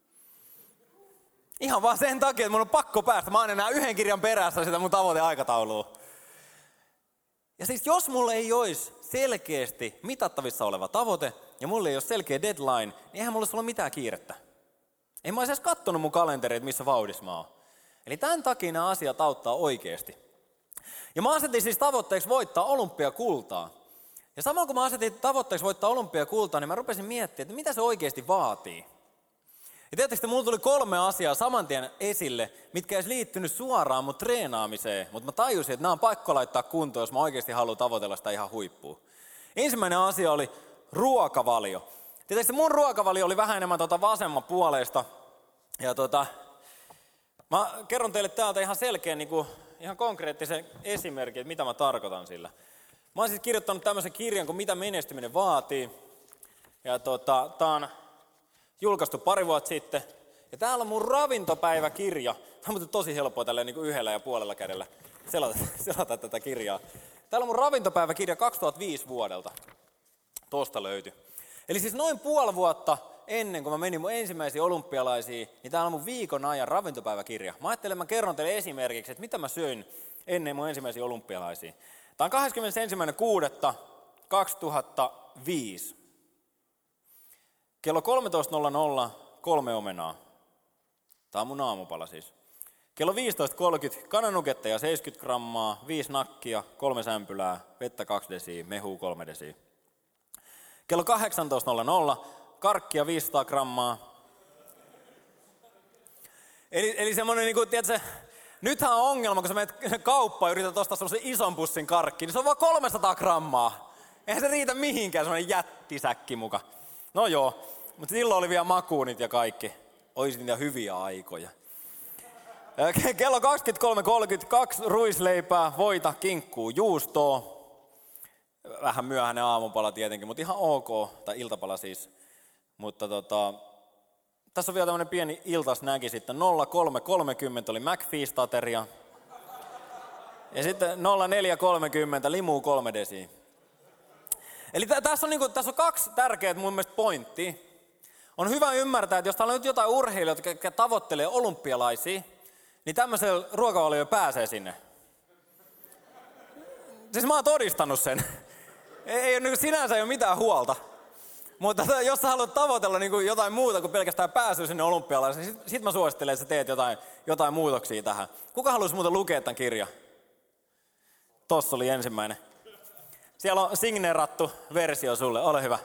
Ihan vaan sen takia, että mun on pakko päästä. Mä oon enää yhden kirjan perässä sitä mun tavoiteaikataulua. Ja siis jos mulla ei olisi selkeästi mitattavissa oleva tavoite, ja mulla ei ole selkeä deadline, niin eihän mulla ole mitään kiirettä. En mä olisi edes kattonut mun kalenteria, että missä vauhdissa mä oon. Eli tämän takia nämä asiat auttaa oikeasti. Ja mä asetin siis tavoitteeksi voittaa olympiakultaa. Ja samalla kun mä asetin tavoitteeksi voittaa olympiakultaa, niin mä rupesin miettimään, että mitä se oikeasti vaatii. Ja tiedättekö, että mulla tuli kolme asiaa saman tien esille, mitkä ei edes liittynyt suoraan mun treenaamiseen, mutta mä tajusin, että nämä on pakko laittaa kuntoon, jos mä oikeasti haluan tavoitella sitä ihan huippuun. Ensimmäinen asia oli ruokavalio. Tiedätkö, mun ruokavalio oli vähän enemmän tuota vasemman puoleista. Ja tota, mä kerron teille täältä ihan selkeän, niin kuin, ihan konkreettisen esimerkin, että mitä mä tarkoitan sillä. Mä oon siis kirjoittanut tämmöisen kirjan kuin Mitä menestyminen vaatii. Ja tota, tää on julkaistu pari vuotta sitten. Ja täällä on mun ravintopäiväkirja. Tämä on muuten tosi helppoa tälleen niin kuin yhdellä ja puolella kädellä selata, selata tätä kirjaa. Täällä on mun ravintopäiväkirja kaksituhattaviisi vuodelta. Tosta löytyi. Eli siis noin puoli vuotta ennen kuin mä menin mun ensimmäisiin olympialaisiin, niin täällä on mun viikon ajan ravintopäiväkirja. Mä ajattelin, että mä kerron teille esimerkiksi, että mitä mä söin ennen mun ensimmäisiin olympialaisiin. Tää on kahdeskymmenesensimmäinen kuudetta kaksituhattaviisi. Kello kolmetoista nolla nolla kolme omenaa. Tää on mun aamupala siis. Kello viisitoista kolmekymmentä kananuketta ja seitsemänkymmentä grammaa, viisi nakkia, kolme sämpylää, vettä kaksi desiä, mehua kolme desiä. Kello kahdeksantoista nolla nolla karkkia viisisataa grammaa. Eli, eli semmonen niinku, tiedätkö, nythän on ongelma, kun sä menet kauppaan ja yrität ostaa semmosen ison pussin karkki, niin se on vaan kolmesataa grammaa. Eihän se riitä mihinkään, semmonen jättisäkki muka. No joo, mutta silloin oli vielä makuunit ja kaikki. Ois niitä hyviä aikoja. Kello kaksikymmentäkolme kolmekymmentä, kaksi ruisleipää, voita, kinkkuu, juustoa. Vähän myöhäinen aamupala tietenkin, mutta ihan ok, tai iltapala siis. Mutta tota, tässä on vielä tämmönen pieni iltasnäki sitten. nolla kolme kolmekymmentä oli McFeast-ateria. Ja sitten nolla neljä kolmekymmentä limuu kolme desiä. Eli t- tässä, on niinku, tässä on kaksi tärkeää mun mielestä pointtia. On hyvä ymmärtää, että jos täällä on nyt jotain urheilijoita, jotka tavoittelee olympialaisia, niin tämmöisellä ruokavaliolla pääsee sinne. Siis mä oon todistanut sen. Ei, ei niin sinänsä ei ole mitään huolta. Mutta jos sä haluat tavoitella niin jotain muuta kuin pelkästään pääsyä sinne olympialaisiin, niin sit, sit mä suosittelen, että sä teet jotain, jotain muutoksia tähän. Kuka haluaisi muuten lukea tämän kirjan? Tossa oli ensimmäinen. Siellä on signeerattu versio sulle, ole hyvä.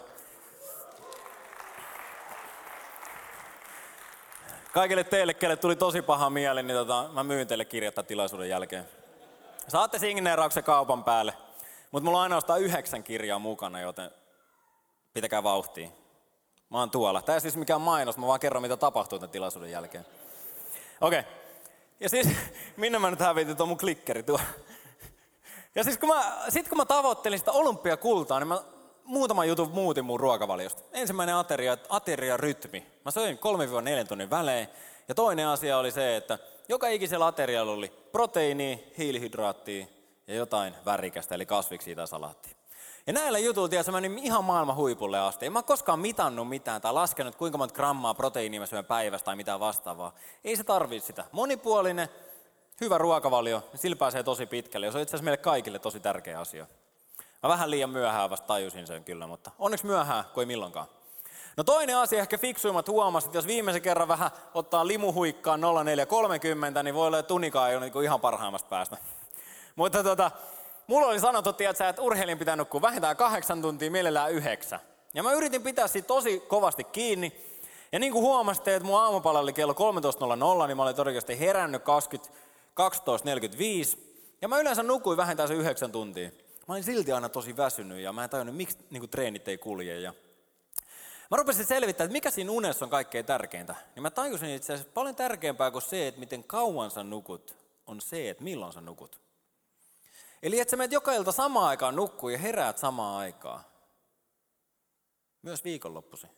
Kaikille teille, kelle tuli tosi paha mieli, niin tota, mä myyn teille kirjat tilaisuuden jälkeen. Saatte signeerauksen kaupan päälle, mutta mulla on ainoastaan yhdeksän kirjaa mukana, joten pitäkää vauhtia. Mä oon tuolla. Tää ei siis mikään mainos, mä vaan kerron, mitä tapahtuu tämän tilaisuuden jälkeen. Okei. Okay. Ja siis, minne mä nyt hävitin tuon mun klikkeri tuo. Ja siis kun mä, sit kun mä tavoittelin sitä olympiakultaa, niin mä muutaman jutun muutin mun ruokavaliosta. Ensimmäinen ateria, ateriarytmi. Mä söin kolme neljä tunnin välein. Ja toinen asia oli se, että joka ikisellä aterialla oli proteiinia, hiilihydraattia ja jotain värikästä, eli kasviksia tai salaattia. Ja näillä jutuilla tiedätkö, mä menin ihan maailman huipulle asti. En mä koskaan mitannut mitään tai laskenut, kuinka monta grammaa proteiinia mä syön päivästä tai mitään vastaavaa. Ei se tarvitse sitä. Monipuolinen, hyvä ruokavalio, sillä pääsee tosi pitkälle. Ja se on itse asiassa meille kaikille tosi tärkeä asia. Mä vähän liian myöhään vasta tajusin sen kyllä, mutta onneksi myöhään, kuin ei milloinkaan. No toinen asia, ehkä fiksuimmat huomasit, että jos viimeisen kerran vähän ottaa limuhuikkaan nolla neljä kolmekymmentä, niin voi olla, että tunnikaan ei ole niin ihan parhaimmasta päästä. Mutta tota, mulla oli sanottu, tiiätkö, että urheilijan pitää nukkua vähintään kahdeksan tuntia, mielellään yhdeksän. Ja mä yritin pitää siitä tosi kovasti kiinni. Ja niin kuin huomasitte, että mun aamupala oli kello kolmetoista nolla nolla, niin mä olin todennäköisesti herännyt kaksitoista neljäkymmentäviisi. Ja mä yleensä nukuin vähintään se yhdeksän tuntia. Mä olin silti aina tosi väsynyt ja mä en tajunnut, miksi niin kuin treenit ei kulje. Ja mä rupesin selvittämään, että mikä siinä unessa on kaikkein tärkeintä. Niin mä tajusin itse asiassa paljon tärkeämpää kuin se, että miten kauan sä nukut, on se, että milloin sä nukut. Eli että sä menet joka ilta samaan aikaan nukkuu ja heräät samaan aikaan. Myös viikonloppuisin.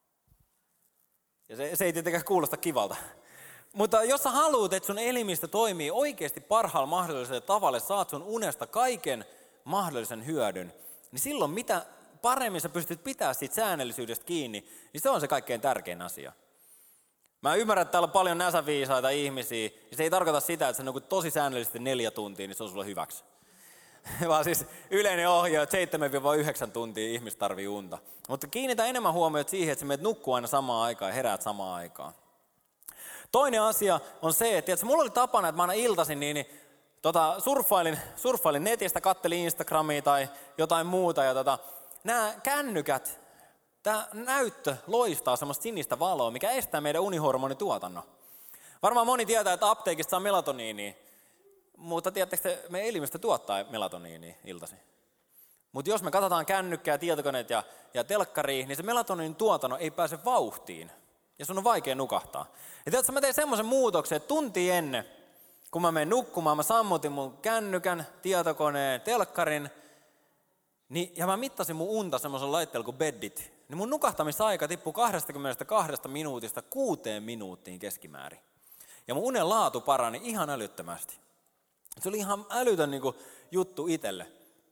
Ja se, se ei tietenkään kuulosta kivalta. Mutta jos sä haluat, että sun elimistö toimii oikeasti parhaalla mahdollisella tavalla, saat sun unesta kaiken mahdollisen hyödyn, niin silloin mitä paremmin sä pystyt pitämään siitä säännöllisyydestä kiinni, niin se on se kaikkein tärkein asia. Mä ymmärrän, että täällä on paljon näsäviisaita ihmisiä, ja se ei tarkoita sitä, että sä nukut tosi säännöllisesti neljä tuntia, niin se on sulle hyväksi. Vaan siis yleinen ohje, että seitsemän yhdeksän tuntia ihmiset tarvii unta. Mutta kiinnitä enemmän huomiota siihen, että sä menet nukkuu aina samaan aikaan ja heräät samaan aikaan. Toinen asia on se, että tiiätkö, mulla oli tapana, että mä aina iltaisin niin, niin tota, surffailin, surffailin netistä, kattelin Instagramia tai jotain muuta. Ja tota, nämä kännykät, tämä näyttö loistaa semmoista sinistä valoa, mikä estää meidän unihormonituotannon. Varmaan moni tietää, että apteekista saa melatoniinia, mutta tiedättekö, meidän elimistö tuottaa melatoniinia iltaisin. Mutta jos me katsotaan kännykkää, tietokoneet ja, ja telkkaria, niin se melatoniinin tuotanto ei pääse vauhtiin. Ja sun on vaikea nukahtaa. Ja tiedätkö, mä tein semmoisen muutoksen, että tunti ennen, kun mä menen nukkumaan, mä sammutin mun kännykän, tietokoneen, telkkarin, niin, ja mä mittasin mun unta semmoisen laitteella kuin Beddit. Niin mun nukahtamisaika tippui kaksikymmentäkaksi minuutista kuuteen minuuttiin keskimäärin. Ja mun unen laatu parani ihan älyttömästi. Se oli ihan älytön niin kuin, juttu itselle.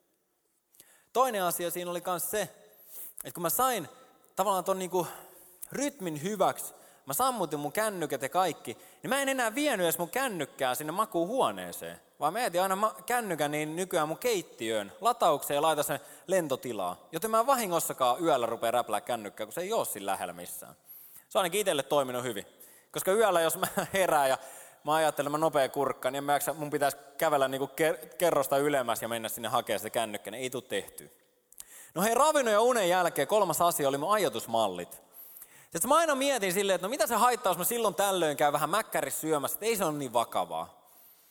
Toinen asia siinä oli myös se, että kun mä sain tavallaan ton niin kuin, rytmin hyväksi, mä sammutin mun kännykät ja kaikki, niin mä en enää vienyt edes mun kännykkää sinne makuuhuoneeseen, vaan mä jätin aina ma- kännykän niin nykyään mun keittiöön, lataukseen ja laitan sen lentotilaa, joten mä en vahingossakaan yöllä rupea räplää kännykkää, kun se ei ole siinä lähellä missään. Se on ainakin itselle toiminut hyvin, koska yöllä jos mä herään ja mä ajattelen, mä nopea kurkka, niin mä mun pitäisi kävellä niinku kerrosta ylemmäs ja mennä sinne hakemaan sitä kännykkää, niin ei tule tehtyä. No hei, ravinnon ja unen jälkeen kolmas asia oli mun ajatusmallit. Sitten mä aina mietin silleen, että no mitä se haittaa, jos mä silloin tällöin käyn vähän mäkkärissä syömässä, että ei se ole niin vakavaa.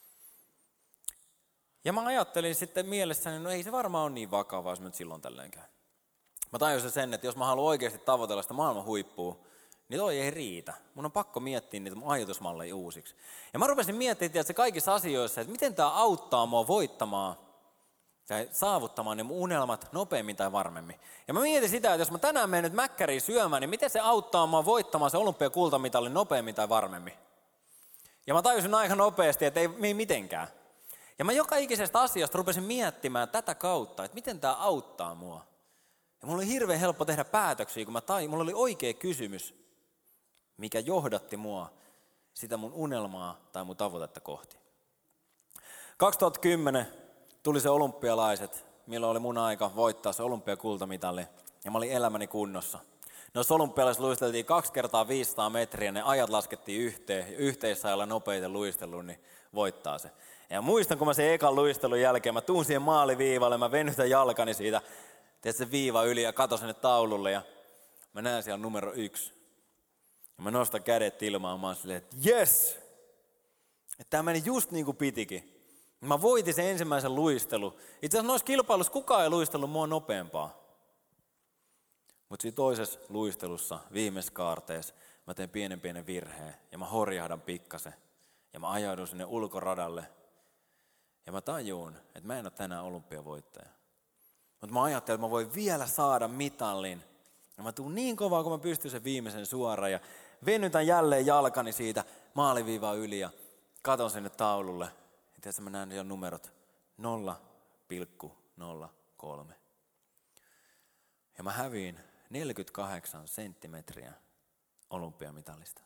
Ja mä ajattelin sitten mielessäni, no ei se varmaan ole niin vakavaa, jos mä nyt silloin tällöin käyn. Mä tajusin sen, että jos mä haluan oikeasti tavoitella sitä maailman huippua, niin toi ei riitä. Mun on pakko miettiä niitä mun ajatusmalleja uusiksi. Ja mä rupesin miettimään, että kaikissa asioissa, että miten tää auttaa mua voittamaan tai saavuttamaan ne mun unelmat nopeammin tai varmemmin. Ja mä mietin sitä, että jos mä tänään menen nyt mäkkäriin syömään, niin miten se auttaa mua voittamaan se olympiakultamitalin nopeammin tai varmemmin. Ja mä tajusin aika nopeasti, että ei, ei mitenkään. Ja mä joka ikisestä asiasta rupesin miettimään tätä kautta, että miten tää auttaa mua. Ja mulla oli hirveän helppo tehdä päätöksiä, kun mä tajun, mulla oli oikea kysymys, mikä johdatti mua sitä mun unelmaa tai mun tavoitetta kohti. kaksituhattakymmenen tuli se olympialaiset, milloin oli mun aika voittaa se olympiakultamitali, ja mä olin elämäni kunnossa. Noissa olympialaisissa luisteltiin kaksi kertaa viisisataa metriä, ne ajat laskettiin yhteen, ja yhteisajalla nopeiten luistellut, niin voittaa se. Ja muistan, kun mä sen ekan luistelun jälkeen, mä tuun siihen maaliviivalle, mä venytän jalkani siitä, teet sen viiva yli ja katon sinne taululle, ja mä näen siellä numero yksi. Ja mä nostan kädet ilmaan, mä oon silleen, että jes! Että tää meni just niin kuin pitikin. Mä voitin sen ensimmäisen luistelun. Itse asiassa noissa kilpailuissa kukaan ei luistellut mua nopeampaa. Mutta siinä toisessa luistelussa, viimeisessä kaarteessa, mä teen pienen pienen virheen ja mä horjahdan pikkasen. Ja mä ajaudun sinne ulkoradalle. Ja mä tajuun, että mä en ole tänään olympiavoittaja. Mutta mä ajattelin, että mä voin vielä saada mitallin. Ja mä tuun niin kovaa, kun mä pystyn sen viimeisen suoraan. Ja venytän jälleen jalkani siitä maaliviivaa yli ja katon sinne taululle. Ja tiedätkö, mä näen siellä numerot nolla pilkku nolla kolme. Ja mä häviin neljäkymmentäkahdeksan senttimetriä olympiamitalista.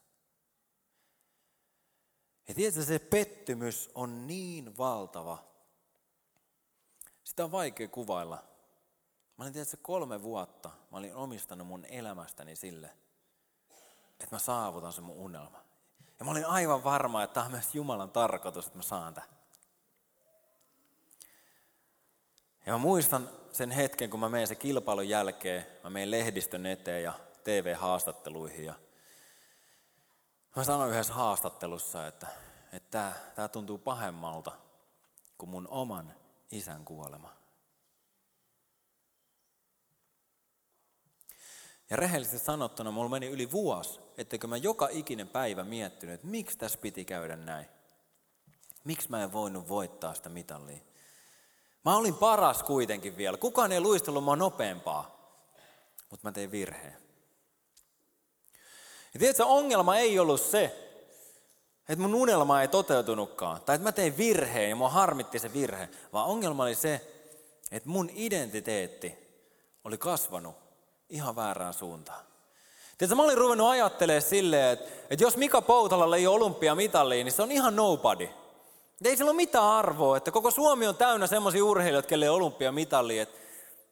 Ja tiedätkö, se pettymys on niin valtava. Sitä on vaikea kuvailla. Mä olin tiedätkö, kolme vuotta, mä olin omistanut mun elämästäni sille, että mä saavutan sen mun unelma. Ja mä olin aivan varma, että tämä on myös Jumalan tarkoitus, että mä saan tämän. Ja mä muistan sen hetken, kun mä menen sen kilpailun jälkeen, mä menen lehdistön eteen ja T V-haastatteluihin. Ja Mä sanoin yhdessä haastattelussa, että, että tämä tuntuu pahemmalta kuin mun oman isän kuolema. Ja rehellisesti sanottuna mulla meni yli vuosi, etteikö mä joka ikinen päivä miettinyt, että miksi tässä piti käydä näin. Miksi mä en voinut voittaa sitä mitallia. Mä olin paras kuitenkin vielä. Kukaan ei luistellut mua nopeampaa, mutta mä tein virheen. Ja tiedätkö, ongelma ei ollut se, että mun unelma ei toteutunutkaan. Tai että mä tein virheen ja mua harmitti se virhe. Vaan ongelma oli se, että mun identiteetti oli kasvanut ihan väärään suuntaan. Tiedätkö, mä olin ruvennut ajattelemaan silleen, että, että jos Mika Poutalalla ei ole olympiamitalia, niin se on ihan nobody. Ei sillä ole mitään arvoa, että koko Suomi on täynnä semmoisia urheilijoita, kelle ei ole olympiamitalia, että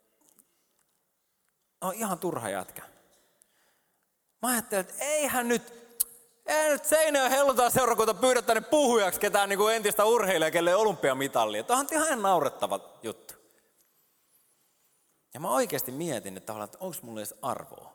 on ihan turha jätkä. Mä ajattelin, että eihän nyt, ei nyt Seinäjoen Helluntain seurakunta pyydä tänne puhujaksi ketään niin kuin entistä urheilijaa, kelle ei ole olympiamitalia. Tämä on ihan naurettava juttu. Ja mä oikeasti mietin, että, että onko mulla edes arvoa.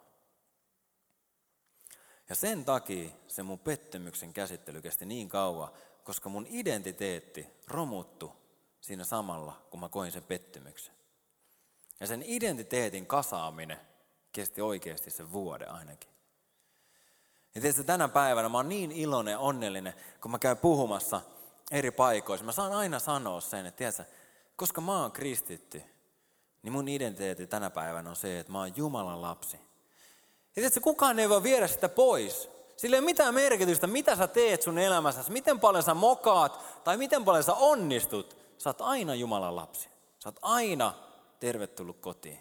Ja sen takia se mun pettymyksen käsittely kesti niin kauan, koska mun identiteetti romuttu siinä samalla, kun mä koin sen pettymyksen. Ja sen identiteetin kasaaminen kesti oikeasti sen vuoden ainakin. Ja tietysti tänä päivänä mä oon niin iloinen ja onnellinen, kun mä käyn puhumassa eri paikoissa. Mä saan aina sanoa sen, että tiedätkö, koska mä oon kristitty, niin mun identiteetti tänä päivänä on se, että mä oon Jumalan lapsi. Ja tiedätkö, kukaan ei voi viedä sitä pois. Sillä ei ole mitään merkitystä, mitä sä teet sun elämässäsi, miten paljon sä mokaat tai miten paljon sä onnistut. Sä oot aina Jumalan lapsi. Sä oot aina tervetullut kotiin.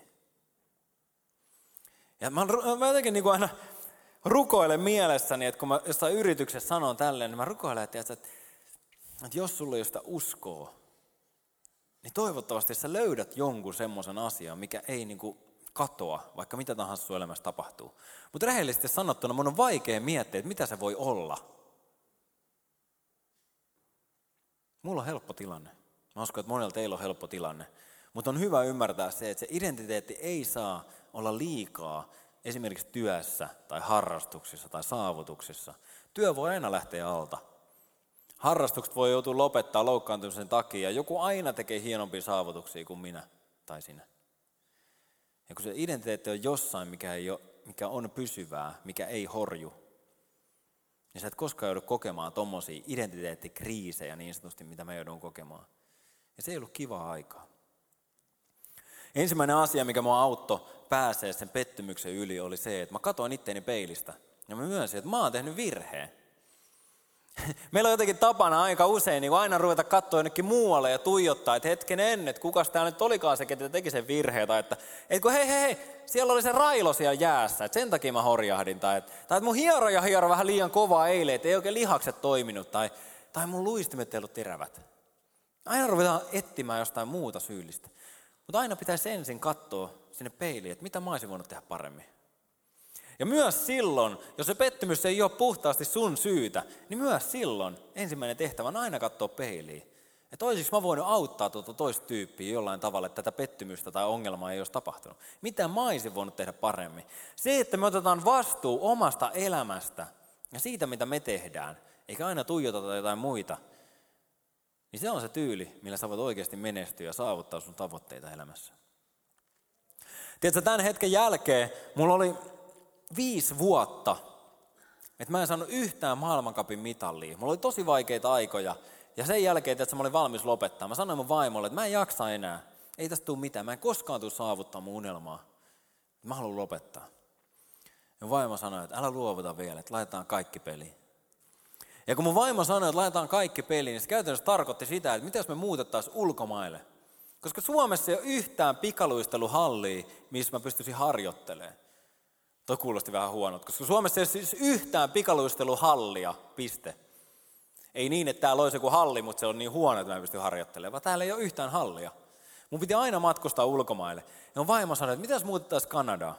Ja mä, mä jotenkin niin kuin aina rukoilen mielessäni, että kun mä jossain yrityksessä sanon tälleen, niin mä rukoilen, että, että, että jos sulla ei ole sitä uskoa, niin toivottavasti sä löydät jonkun semmoisen asian, mikä ei niin kuin katoa, vaikka mitä tahansa sun elämässä tapahtuu. Mutta rehellisesti sanottuna mun on vaikea miettiä, että mitä se voi olla. Mulla on helppo tilanne. Mä uskon, että monella teillä on helppo tilanne. Mutta on hyvä ymmärtää se, että se identiteetti ei saa olla liikaa esimerkiksi työssä tai harrastuksissa tai saavutuksissa. Työ voi aina lähteä alta. Harrastukset voi joutua lopettaa loukkaantumisen takia. Joku aina tekee hienompia saavutuksia kuin minä tai sinä. Ja kun se identiteetti on jossain, mikä, ei ole, mikä on pysyvää, mikä ei horju, niin sä et koskaan joudu kokemaan tommosia identiteettikriisejä niin sanotusti, mitä mä joudun kokemaan. Ja se ei ollut kivaa aikaa. Ensimmäinen asia, mikä mua auttoi pääsee sen pettymyksen yli, oli se, että mä katsoin itteeni peilistä. Ja mä myönsin, että mä oon tehnyt virheen. Meillä on jotenkin tapana aika usein niin aina ruveta katsoa jonnekin muualle ja tuijottaa, että hetken ennen, että kukas täällä nyt olikaan se, ketä teki sen virheen. Tai että, että kun hei hei hei, siellä oli se railo siellä jäässä, että sen takia mä horjahdin. Tai että, tai että mun hieroja hiero vähän liian kovaa eilen, että ei oikein lihakset toiminut. Tai, tai mun luistimet ei ollut terävät. Aina ruvetaan etsimään jostain muuta syyllistä. Mutta aina pitäisi ensin katsoa sinne peiliin, että mitä mä olisin voinut tehdä paremmin. Ja myös silloin, jos se pettymys ei ole puhtaasti sun syytä, niin myös silloin ensimmäinen tehtävä on aina katsoa peiliin. Että olisiko mä voinut auttaa tuota toista tyyppiä jollain tavalla, että tätä pettymystä tai ongelmaa ei olisi tapahtunut. Mitä mä olisin voinut tehdä paremmin? Se, että me otetaan vastuu omasta elämästä ja siitä, mitä me tehdään, eikä aina tuijoteta jotain muita, niin se on se tyyli, millä sä voit oikeasti menestyä ja saavuttaa sun tavoitteita elämässä. Tiedätkö, tämän hetken jälkeen mulla oli viisi vuotta, että mä en saanut yhtään maailmancupin mitallia. Mulla oli tosi vaikeita aikoja. Ja sen jälkeen, että mä olin valmis lopettaa. Mä sanoin mun vaimolle, että mä en jaksa enää. Ei tästä tule mitään. Mä en koskaan tule saavuttaa mun unelmaa. Mä haluan lopettaa. Ja vaimo sanoi, että älä luovuta vielä, että laitetaan kaikki peliin. Ja kun mun vaimo sanoi, että laitetaan kaikki peliin, niin se käytännössä tarkoitti sitä, että mitä jos me muutettaisiin ulkomaille. Koska Suomessa ei ole yhtään pikaluisteluhallia, missä mä pystyisin harjoittelemaan. Toi kuulosti vähän huonolta, koska Suomessa ei ole siis yhtään pikaluisteluhallia, piste. Ei niin, että täällä olisi joku halli, mutta se on niin huono, että mä en pysty harjoittelemaan, vaan täällä ei ole yhtään hallia. Mun piti aina matkustaa ulkomaille. Ja mun vaimo sanoi, että mitä jos muutettaisiin Kanadaan?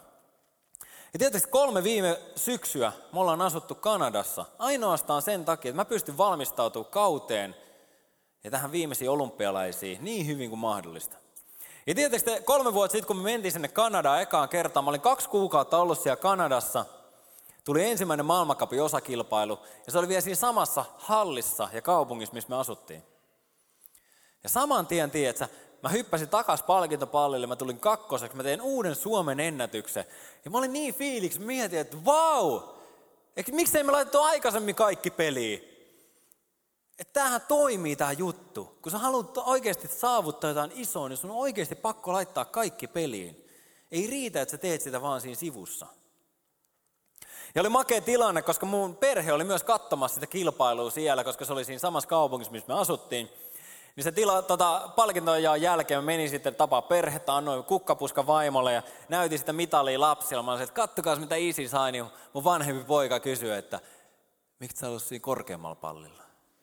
Ja tietysti kolme viime syksyä me ollaan asuttu Kanadassa ainoastaan sen takia, että mä pystyn valmistautumaan kauteen ja tähän viimeisiin olympialaisiin niin hyvin kuin mahdollista. Ja tietysti kolme vuotta sitten, kun me mentiin sinne Kanadaan ekaan kertaan, mä olin kaksi kuukautta ollut siellä Kanadassa tuli ensimmäinen maailmancupin osakilpailu, ja se oli vielä siinä samassa hallissa ja kaupungissa, missä me asuttiin. Ja saman tien, tiedätkö, mä hyppäsin takas palkintopallille, mä tulin kakkoseksi, mä tein uuden Suomen ennätyksen. Ja mä olin niin fiiliksi, mietin, että vau! Eikö, miksei me laitettu aikaisemmin kaikki peliin? Että tämähän toimii tämä juttu. Kun sä haluat oikeasti saavuttaa jotain isoa, niin sun on oikeasti pakko laittaa kaikki peliin. Ei riitä, että sä teet sitä vaan siinä sivussa. Ja oli makea tilanne, koska mun perhe oli myös katsomassa sitä kilpailua siellä, koska se oli siinä samassa kaupungissa, missä me asuttiin. Niin se tila, tota, palkintojen jälkeen mä menin sitten tapaa perhettä, annoin kukkapuska vaimolle ja näytin sitä mitalia lapsilla. Mä olin, että kattokaa mitä isi sai, niin mun vanhempi poika kysyi, että miksi sä olet siinä korkeammalla pallilla?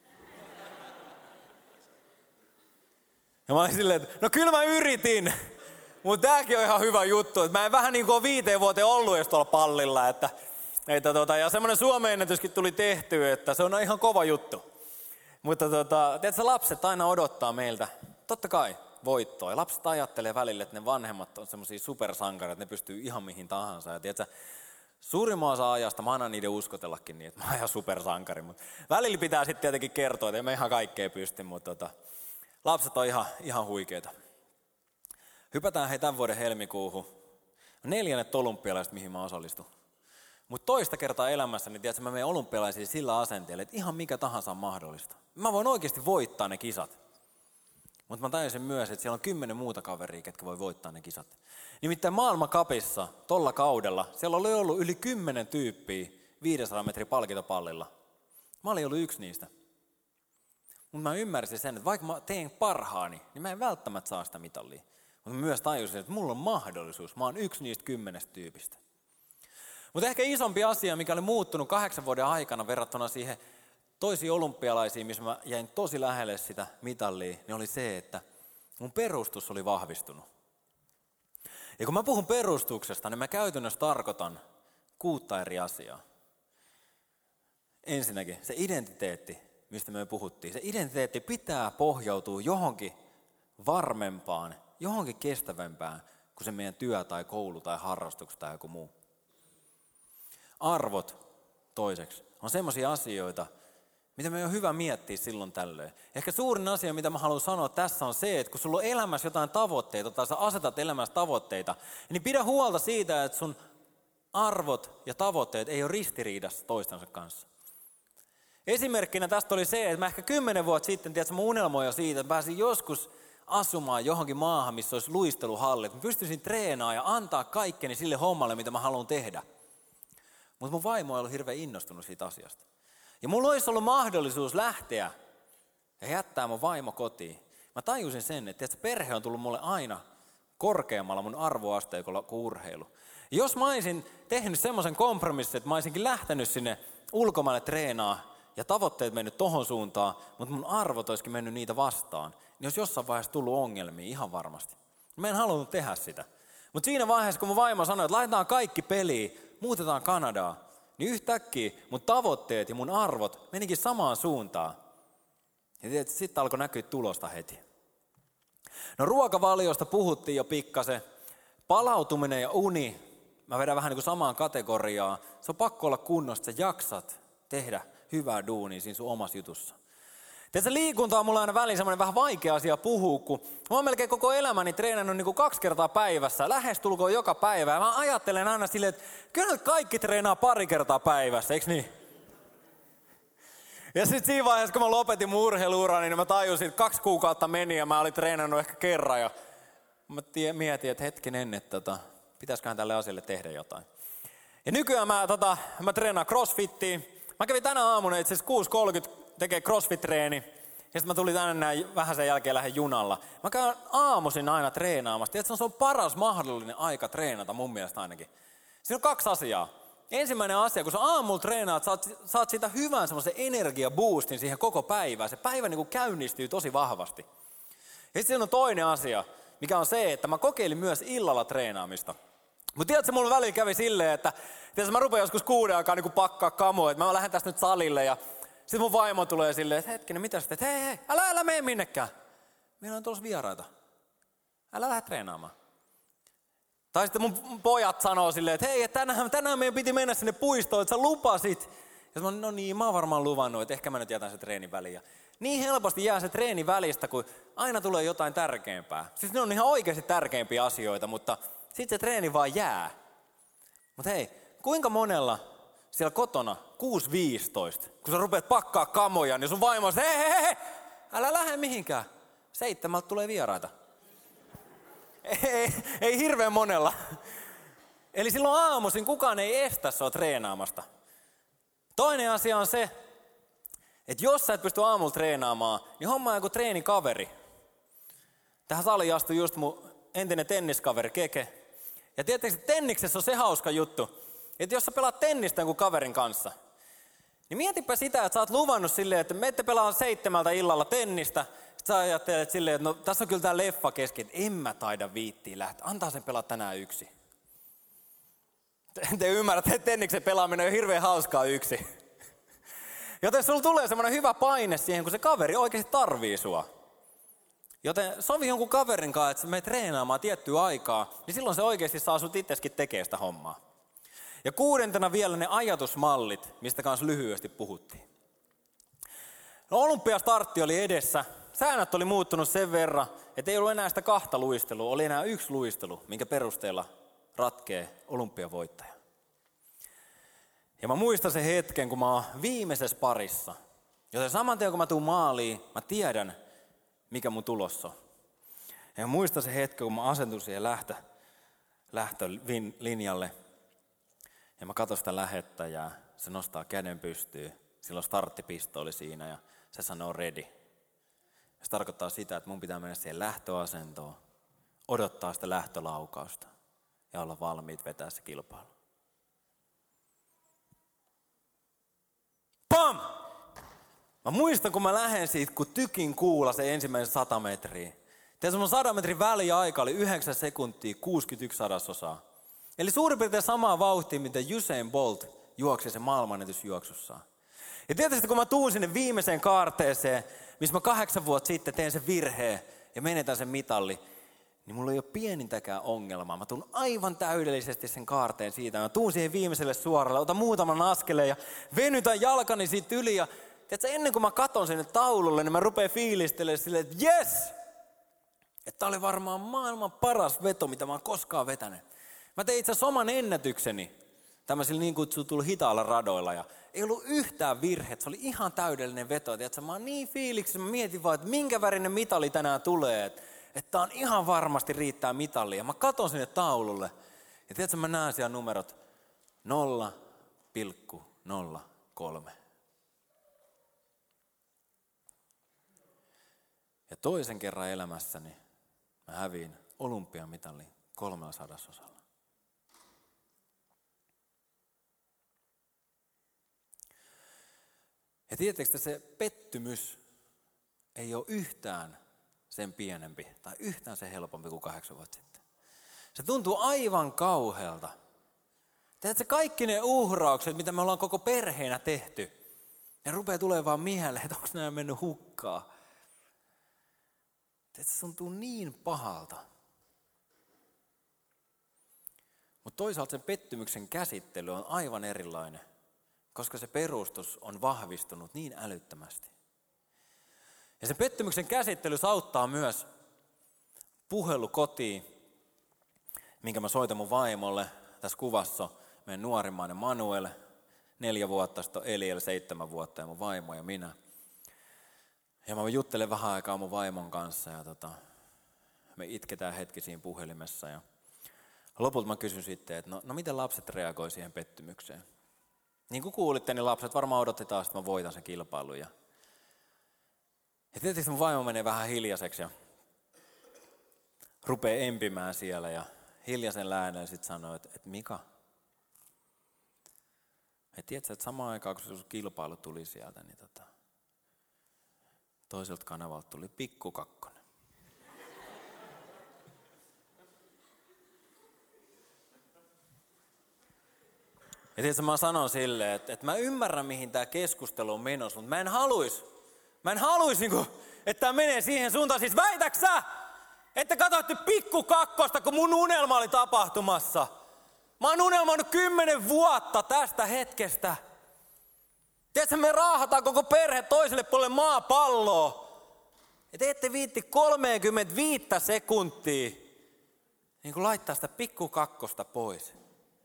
Ja mä olin silleen, että no kyllä mä yritin, mutta tääkin on ihan hyvä juttu, että mä en vähän niin kuin ole viiteen vuoteen ollut edes tuolla pallilla. Että, että tota, ja semmoinen Suomen ennätyskin tuli tehtyä, että se on ihan kova juttu. Mutta tota, tiedätkö, lapset aina odottaa meiltä, totta kai, voittoa. Ja lapset ajattelee välillä, että ne vanhemmat on semmoisia supersankareita, että ne pystyy ihan mihin tahansa. Ja tiedätkö, suurimman osa ajasta mä annan niiden uskotellakin niin, että mä oon ihan supersankari. Mutta välillä pitää sitten tietenkin kertoa, että en mä ihan kaikkea pysty, mutta tota, lapset on ihan, ihan huikeita. Hypätään hei tämän vuoden helmikuuhun. Neljännet olympialaiset, mihin mä osallistun. Mutta toista kertaa elämässäni, niin tiedätkö, mä menen olympialaisiin sillä asenteella, että ihan mikä tahansa on mahdollista. Mä voin oikeasti voittaa ne kisat. Mutta mä tajusin myös, että siellä on kymmenen muuta kaveria, ketkä voi voittaa ne kisat. Nimittäin maailmancupissa, tolla kaudella, siellä oli ollut yli kymmenen tyyppiä viisisataa metrin palkintopallilla. Mä olin ollut yksi niistä. Mutta mä ymmärsin sen, että vaikka mä teen parhaani, niin mä en välttämättä saa sitä mitalia. Mutta mä myös tajusin, että mulla on mahdollisuus. Mä oon yksi niistä kymmenestä tyypistä. Mutta ehkä isompi asia, mikä oli muuttunut kahdeksan vuoden aikana verrattuna siihen toisiin olympialaisiin, missä mä jäin tosi lähelle sitä mitalia, niin oli se, että mun perustus oli vahvistunut. Ja kun mä puhun perustuksesta, niin mä käytännössä tarkoitan kuutta eri asiaa. Ensinnäkin se identiteetti, mistä me puhuttiin. Se identiteetti pitää pohjautua johonkin varmempaan, johonkin kestävämpään kuin se meidän työ tai koulu tai harrastus tai joku muu. Arvot toiseksi on semmoisia asioita, mitä meidän on hyvä miettiä silloin tällöin. Ehkä suurin asia, mitä mä haluan sanoa tässä on se, että kun sulla on elämässä jotain tavoitteita tai sä asetat elämässä tavoitteita, niin pidä huolta siitä, että sun arvot ja tavoitteet ei ole ristiriidassa toistensa kanssa. Esimerkkinä tästä oli se, että mä ehkä kymmenen vuotta sitten, tiedätkö, mä unelmoin jo siitä, että pääsin joskus asumaan johonkin maahan, missä olisi luisteluhalli. Mä pystyisin treenaamaan ja antaa kaikkeni sille hommalle, mitä mä haluan tehdä. Mutta mun vaimo ei ollut hirveän innostunut siitä asiasta. Ja mulla olisi ollut mahdollisuus lähteä ja jättää mun vaimo kotiin. Mä tajusin sen, että perhe on tullut mulle aina korkeammalla mun arvoasteikolla kuin urheilu. Ja jos mä olisin tehnyt semmoisen kompromissin, että mä olisinkin lähtenyt sinne ulkomaille treenaa ja tavoitteet mennyt tohon suuntaan, mutta mun arvot olisikin mennyt niitä vastaan, niin olisi jossain vaiheessa tullut ongelmia ihan varmasti. Mä en halunnut tehdä sitä. Mutta siinä vaiheessa, kun mun vaimo sanoi, että laitetaan kaikki peliin, muutetaan Kanadaa, niin yhtäkkiä mun tavoitteet ja mun arvot menikin samaan suuntaan. Ja sitten alkoi näkyä tulosta heti. No ruokavaliosta puhuttiin jo pikkasen. Palautuminen ja uni, mä vedän vähän niin kuin samaan kategoriaan. Se on pakko olla kunnossa, että sä jaksat tehdä hyvää duunia siinä sun omassa jutussa. Tiedätkö, liikunta on mulla aina väliin semmoinen vähän vaikea asia puhua, kun mä oon melkein koko elämäni treenannut niin kuin kaksi kertaa päivässä, lähestulkoon joka päivä. Ja mä ajattelen aina silleen, että kyllä kaikki treenaa pari kertaa päivässä, eikö niin? Ja sitten siinä vaiheessa, kun mä lopetin mun urheiluurani, niin mä tajusin, että kaksi kuukautta meni ja mä olin treenannut ehkä kerran. Ja mä mietin, että hetkinen, että tota, pitäisiköhän tälle asialle tehdä jotain. Ja nykyään mä, tota, mä treenaan crossfittiä. Mä kävin tänä aamuna itse asiassa kuusi kolmekymmentä tekee crossfit-treeni. Ja sitten mä tulin tänne näin vähän sen jälkeen lähden junalla. Mä käyn aamuisin aina treenaamassa. Tiedätkö, se on paras mahdollinen aika treenata mun mielestä ainakin. Siinä on kaksi asiaa. Ensimmäinen asia, kun sä aamulla treenaat, saat, saat siitä hyvän semmoisen energiaboostin siihen koko päivään. Se päivä niin kuin käynnistyy tosi vahvasti. Ja sitten siinä on toinen asia, mikä on se, että mä kokeilin myös illalla treenaamista. Mutta tiedätkö, mulla välillä kävi silleen, että tiedätkö, mä rupean joskus kuuden aikaa niin kuin pakkaa kamoa, että mä lähden tästä nyt salille ja sitten mun vaimo tulee silleen, että hetkinen, mitä sitten, että hei, hei, älä, älä mene minnekään. Meillä on tuossa vieraita. Älä lähde treenaamaan. Tai sitten mun pojat sanoo silleen, että hei, tänään, tänään meidän piti mennä sinne puistoon, että sä lupasit. Ja mä no niin, mä oon varmaan luvannut, että ehkä mä nyt jätän se treenin väliin. Ja niin helposti jää se treeni välistä, kun aina tulee jotain tärkeämpää. Siis ne on ihan oikeasti tärkeimpiä asioita, mutta sitten se treeni vaan jää. Mutta hei, kuinka monella siellä kotona kuusi viisitoista, kun sä rupeat pakkaa kamoja, niin sun vaimo on, hei, hei, hei, älä lähde mihinkään. Seitsemältä tulee vieraita. Ei, ei hirveän monella. Eli silloin aamuisin kukaan ei estä sua treenaamasta. Toinen asia on se, että jos sä et pysty aamulla treenaamaan, niin homma on joku treenikaveri. Tähän saliin astui just mun entinen tenniskaveri Keke. Ja tiedättekö, että tenniksessä on se hauska juttu, että jos sä pelaat tennistä jonkun kaverin kanssa, niin mietipä sitä, että sä oot luvannut silleen, että me ette pelaa seitsemältä illalla tennistä. Sitten sä ajattelet silleen, että no tässä on kyllä tää leffa kesken, että en mä taida viittiä lähteä. Antaa sen pelaa tänään yksi. Te ymmärrätte, että tenniksen pelaaminen on hirveän hauskaa yksi. Joten sulla tulee semmoinen hyvä paine siihen, kun se kaveri oikeasti tarvii sua. Joten sovi jonkun kaverin kanssa, että sä menet treenaamaan tiettyä aikaa, niin silloin se oikeasti saa sut itseskin tekemään sitä hommaa. Ja kuudentena vielä ne ajatusmallit, mistä kanssa lyhyesti puhuttiin. No olympiastartti oli edessä. Säännöt oli muuttunut sen verran, että ei ollut enää sitä kahta luistelua, oli enää yksi luistelu, minkä perusteella ratkee olympiavoittaja. Ja mä muistan sen hetken, kun mä oon viimeisessä parissa. Joten saman tien kun mä tuun maaliin, mä tiedän, mikä mun tulos on. Ja mä muistan sen hetken, kun mä asentun siihen lähtö, lähtölinjalle. Ja mä katson sitä lähettäjää, se nostaa käden pystyyn. Silloin starttipistooli siinä ja se sanoo ready. Se tarkoittaa sitä, että mun pitää mennä siihen lähtöasentoon, odottaa sitä lähtölaukausta ja olla valmiit vetää se kilpailu. Pam! Mä muistan, kun mä lähden siitä, kun tykin kuulla se ensimmäinen sata metriä. Tein mun sadan metrin väliaika oli yhdeksän sekuntia, kuusikymmentäyksi sadasosaa. Eli suurin piirtein samaa vauhtia, mitä Usain Bolt juoksi sen maailmanennätysjuoksussaan. Ja tietysti kun mä tuun sinne viimeiseen kaarteeseen, missä mä kahdeksan vuotta sitten teen sen virheen ja menetän sen mitalli, niin mulla ei ole pienintäkään ongelmaa. Mä tuun aivan täydellisesti sen kaarteen siitä. Mä tuun siihen viimeiselle suoralle, otan muutaman askeleen ja venytän jalkani siitä yli. Ja tiedätkö, ennen kuin mä katon sinne taululle, niin mä rupean fiilistelemään silleen, että jes! Että tää oli varmaan maailman paras veto, mitä mä oon koskaan vetänyt. Mä tein itse asiassa oman ennätykseni tämmöisillä niin kutsutuilla hitailla radoilla. Ja ei ollut yhtään virhettä, se oli ihan täydellinen veto. Tiedätkö, mä oon niin fiiliksi, mä mietin vaan, että minkä värinen mitali tänään tulee. Että, että on ihan varmasti riittää mitallia. Ja mä katon sinne taululle. Ja tiedätkö, mä näen siellä numerot nolla pilkku nolla kolme. Ja toisen kerran elämässäni mä häviin olympiamitalin kolmella sadasosalla. Ja tiedättekö, se pettymys ei ole yhtään sen pienempi tai yhtään sen helpompi kuin kahdeksan vuotta sitten. Se tuntuu aivan kauhealta. Tiedätkö, kaikki ne uhraukset, mitä me ollaan koko perheenä tehty, ne rupeaa tulemaan vaan mieleen, että onko nämä mennyt hukkaan. Tiedätkö, se tuntuu niin pahalta. Mutta toisaalta sen pettymyksen käsittely on aivan erilainen. Koska se perustus on vahvistunut niin älyttömästi. Ja se pettymyksen käsittely auttaa myös puhelu kotiin, minkä mä soitan mun vaimolle. Tässä kuvassa meidän nuorimmainen Manuel, neljä vuotta, sitten on Eliel, seitsemän vuotta ja mun vaimo ja minä. Ja mä juttelen vähän aikaa mun vaimon kanssa ja tota, me itketään hetki siinä puhelimessa. Ja lopulta mä kysyn sitten, että no, no miten lapset reagoi siihen pettymykseen? Niin kuin kuulitte, niin lapset varmaan odotti taas, että mä voitan sen kilpailun. Ja, ja tietysti mun vaimo menee vähän hiljaiseksi ja rupeaa empimään siellä. Ja hiljaisen äänellä sitten sanoo, että, että Mika, et tiedätkö, että samaan aikaan kun se kilpailu tuli sieltä, niin tota, toiselta kanavalta tuli pikku kakkonen. Ja tiedätkö, mä sanon silleen, että, että mä ymmärrän, mihin tämä keskustelu on menossa, mutta mä en haluis, mä en haluis, niin kuin, että tämä menee siihen suuntaan. Siis väitäksä, Ette katsoitte pikku kakkosta, kun mun unelma oli tapahtumassa. Mä oon unelmoinut kymmenen vuotta tästä hetkestä. Tiedätkö, me raahataan koko perhe toiselle puolelle maapalloa. Ja te ette viitti kolmekymmentäviisi sekuntia niin kuin laittaa sitä pikku kakkosta pois.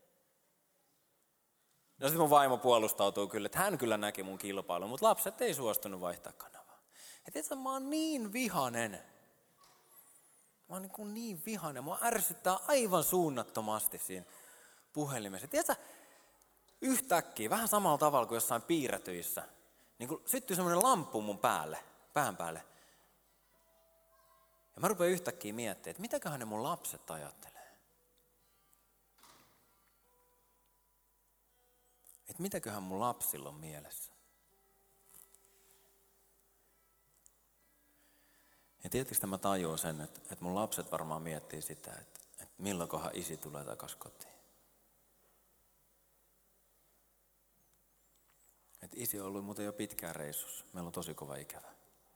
No sitten mun vaimo puolustautuu kyllä, että hän kyllä näki mun kilpailun, mutta lapset ei suostunut vaihtaa kanavaa. Ja tiedätkö, mä oon niin vihanen. Mä oon niin, kuin niin vihanen. Mua ärsyttää aivan suunnattomasti siinä puhelimessa. Tiedätkö, yhtäkkiä, vähän samalla tavalla kuin jossain piirretyissä, niin kuin syttyy semmoinen lamppu mun päälle, pään päälle. Ja mä rupean yhtäkkiä miettimään, että mitäköhän ne mun lapset ajattelee. Että mitäköhän mun lapsilla on mielessä. Ja tietysti mä tajuan sen, että, että mun lapset varmaan miettii sitä, että, että milloinkohan isi tulee takaisin kotiin. Että isi on ollut muuten jo pitkään reissussa. Meillä on tosi kova ikävä.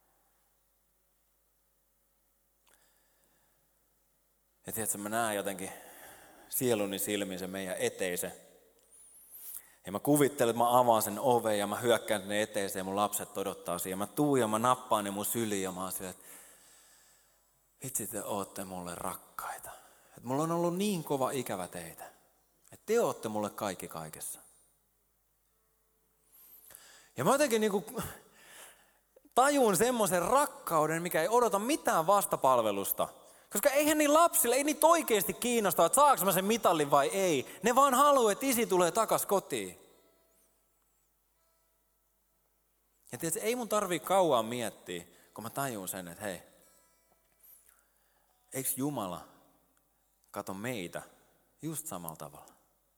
Ja tiedätkö, mä näen jotenkin sieluni silmiin sen meidän eteisen. Ja mä kuvittelen, että mä avaan sen oven ja mä hyökkään sinne eteiseen ja mun lapset odottaa siihen. Mä tuun ja mä nappaan ne mun syliin ja mä oon silleen, että vitsi te ootte mulle rakkaita. Että mulla on ollut niin kova ikävä teitä. Että te ootte mulle kaikki kaikessa. Ja mä jotenkin niinku tajun semmoisen rakkauden, mikä ei odota mitään vastapalvelusta. Koska eihän niin lapsille, ei niitä oikeasti kiinnostaa, että saanko mä sen mitallin vai ei. Ne vaan haluaa, että isi tulee takas kotiin. Ja tiedätkö, ei mun tarvii kauan miettiä, kun mä tajun sen, että hei, eikö Jumala kato meitä just samalla tavalla?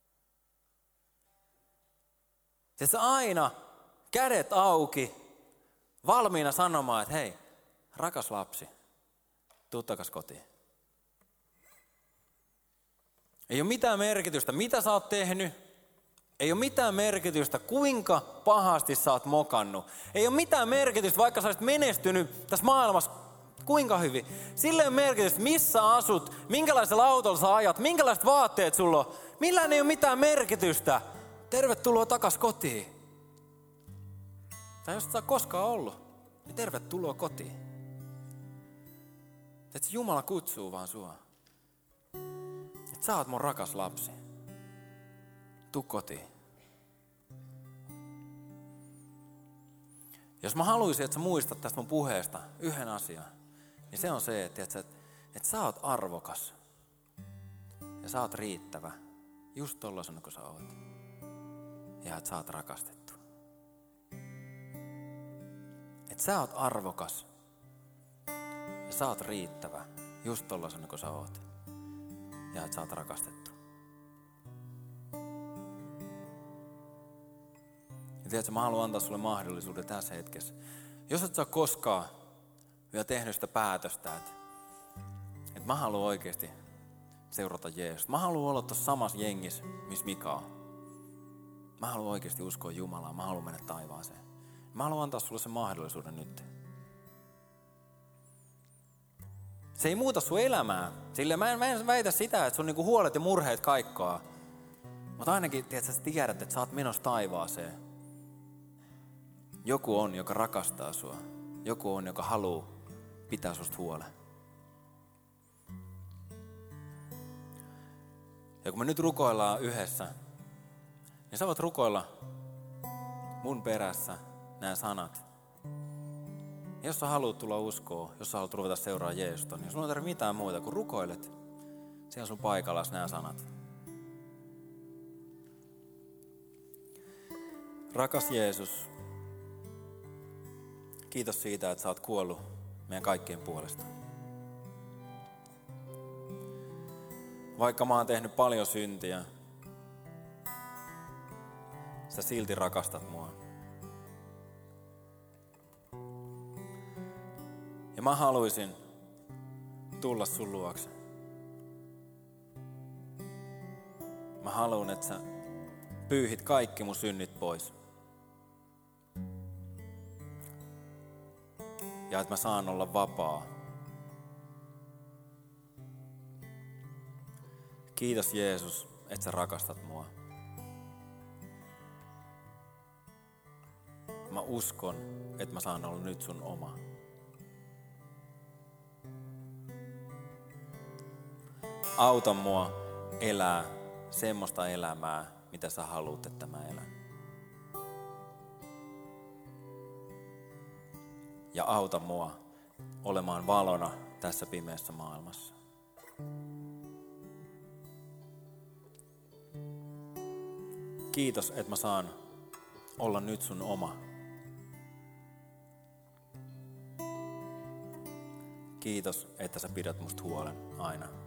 Tiedätkö, aina kädet auki, valmiina sanomaan, että hei, rakas lapsi, tuu takas kotiin. Ei ole mitään merkitystä, mitä sä oot tehnyt. Ei ole mitään merkitystä, kuinka pahasti sä oot mokannut. Ei ole mitään merkitystä, vaikka sä olisit menestynyt tässä maailmassa kuinka hyvin. Sillä ei ole merkitystä, missä asut, minkälaisella autolla sä ajat, minkälaiset vaatteet sulla on. Millään ei ole mitään merkitystä. Tervetuloa takas kotiin. Tai jos et sä koskaan ollut, niin tervetuloa kotiin. Että Jumala kutsuu vaan sua. Että sä oot mun rakas lapsi. Tuu kotiin. Jos mä haluaisin, että sä muistat tästä mun puheesta yhden asian, niin se on se, että, että, että sä oot arvokas. Ja sä oot riittävä. Just tollasen kuin sä oot. Ja että sä oot rakastettu. Että sä oot arvokas. Ja sä oot riittävä. Just tollasen kuin sä oot. Ja että sä oot rakastettu. Ja tiedätkö, mä haluan antaa sulle mahdollisuuden tässä hetkessä. Jos et sä ole koskaan vielä tehnyt sitä päätöstä, että, että mä haluan oikeasti seurata Jeesusta. Mä haluan olla tuossa samassa jengissä, missä Mika on. Mä haluan oikeasti uskoa Jumalaan. Mä haluan mennä taivaaseen. Mä haluan antaa sulle sen mahdollisuuden nyt. Se ei muuta sun elämää. Sillä mä en, mä en väitä sitä, että sun niinku huolet ja murheet kaikkoa. Mutta ainakin tiedät, sä tiedät, että sä oot menossa taivaaseen. Joku on, joka rakastaa sua. Joku on, joka haluaa pitää susta huolen. Ja kun me nyt rukoillaan yhdessä, niin sä voit rukoilla mun perässä nämä sanat. Ja jos sä haluat tulla uskoon, jos sä haluat ruveta seuraa Jeesusta, niin sulla ei tarvitse mitään muuta kuin rukoilet. Siellä sun paikallaan nämä sanat. Rakas Jeesus, kiitos siitä, että sä oot kuollut meidän kaikkien puolesta. Vaikka mä oon tehnyt paljon syntiä, sä silti rakastat mua. Ja mä haluaisin tulla sun luokse. Mä haluan, että sä pyyhit kaikki mun synnit pois. Ja että mä saan olla vapaa. Kiitos Jeesus, että sä rakastat mua. Mä uskon, että mä saan olla nyt sun oma. Auta mua elää semmoista elämää, mitä sä haluat, että mä elän. Ja auta mua olemaan valona tässä pimeässä maailmassa. Kiitos, että mä saan olla nyt sun oma. Kiitos, että sä pidät musta huolen aina.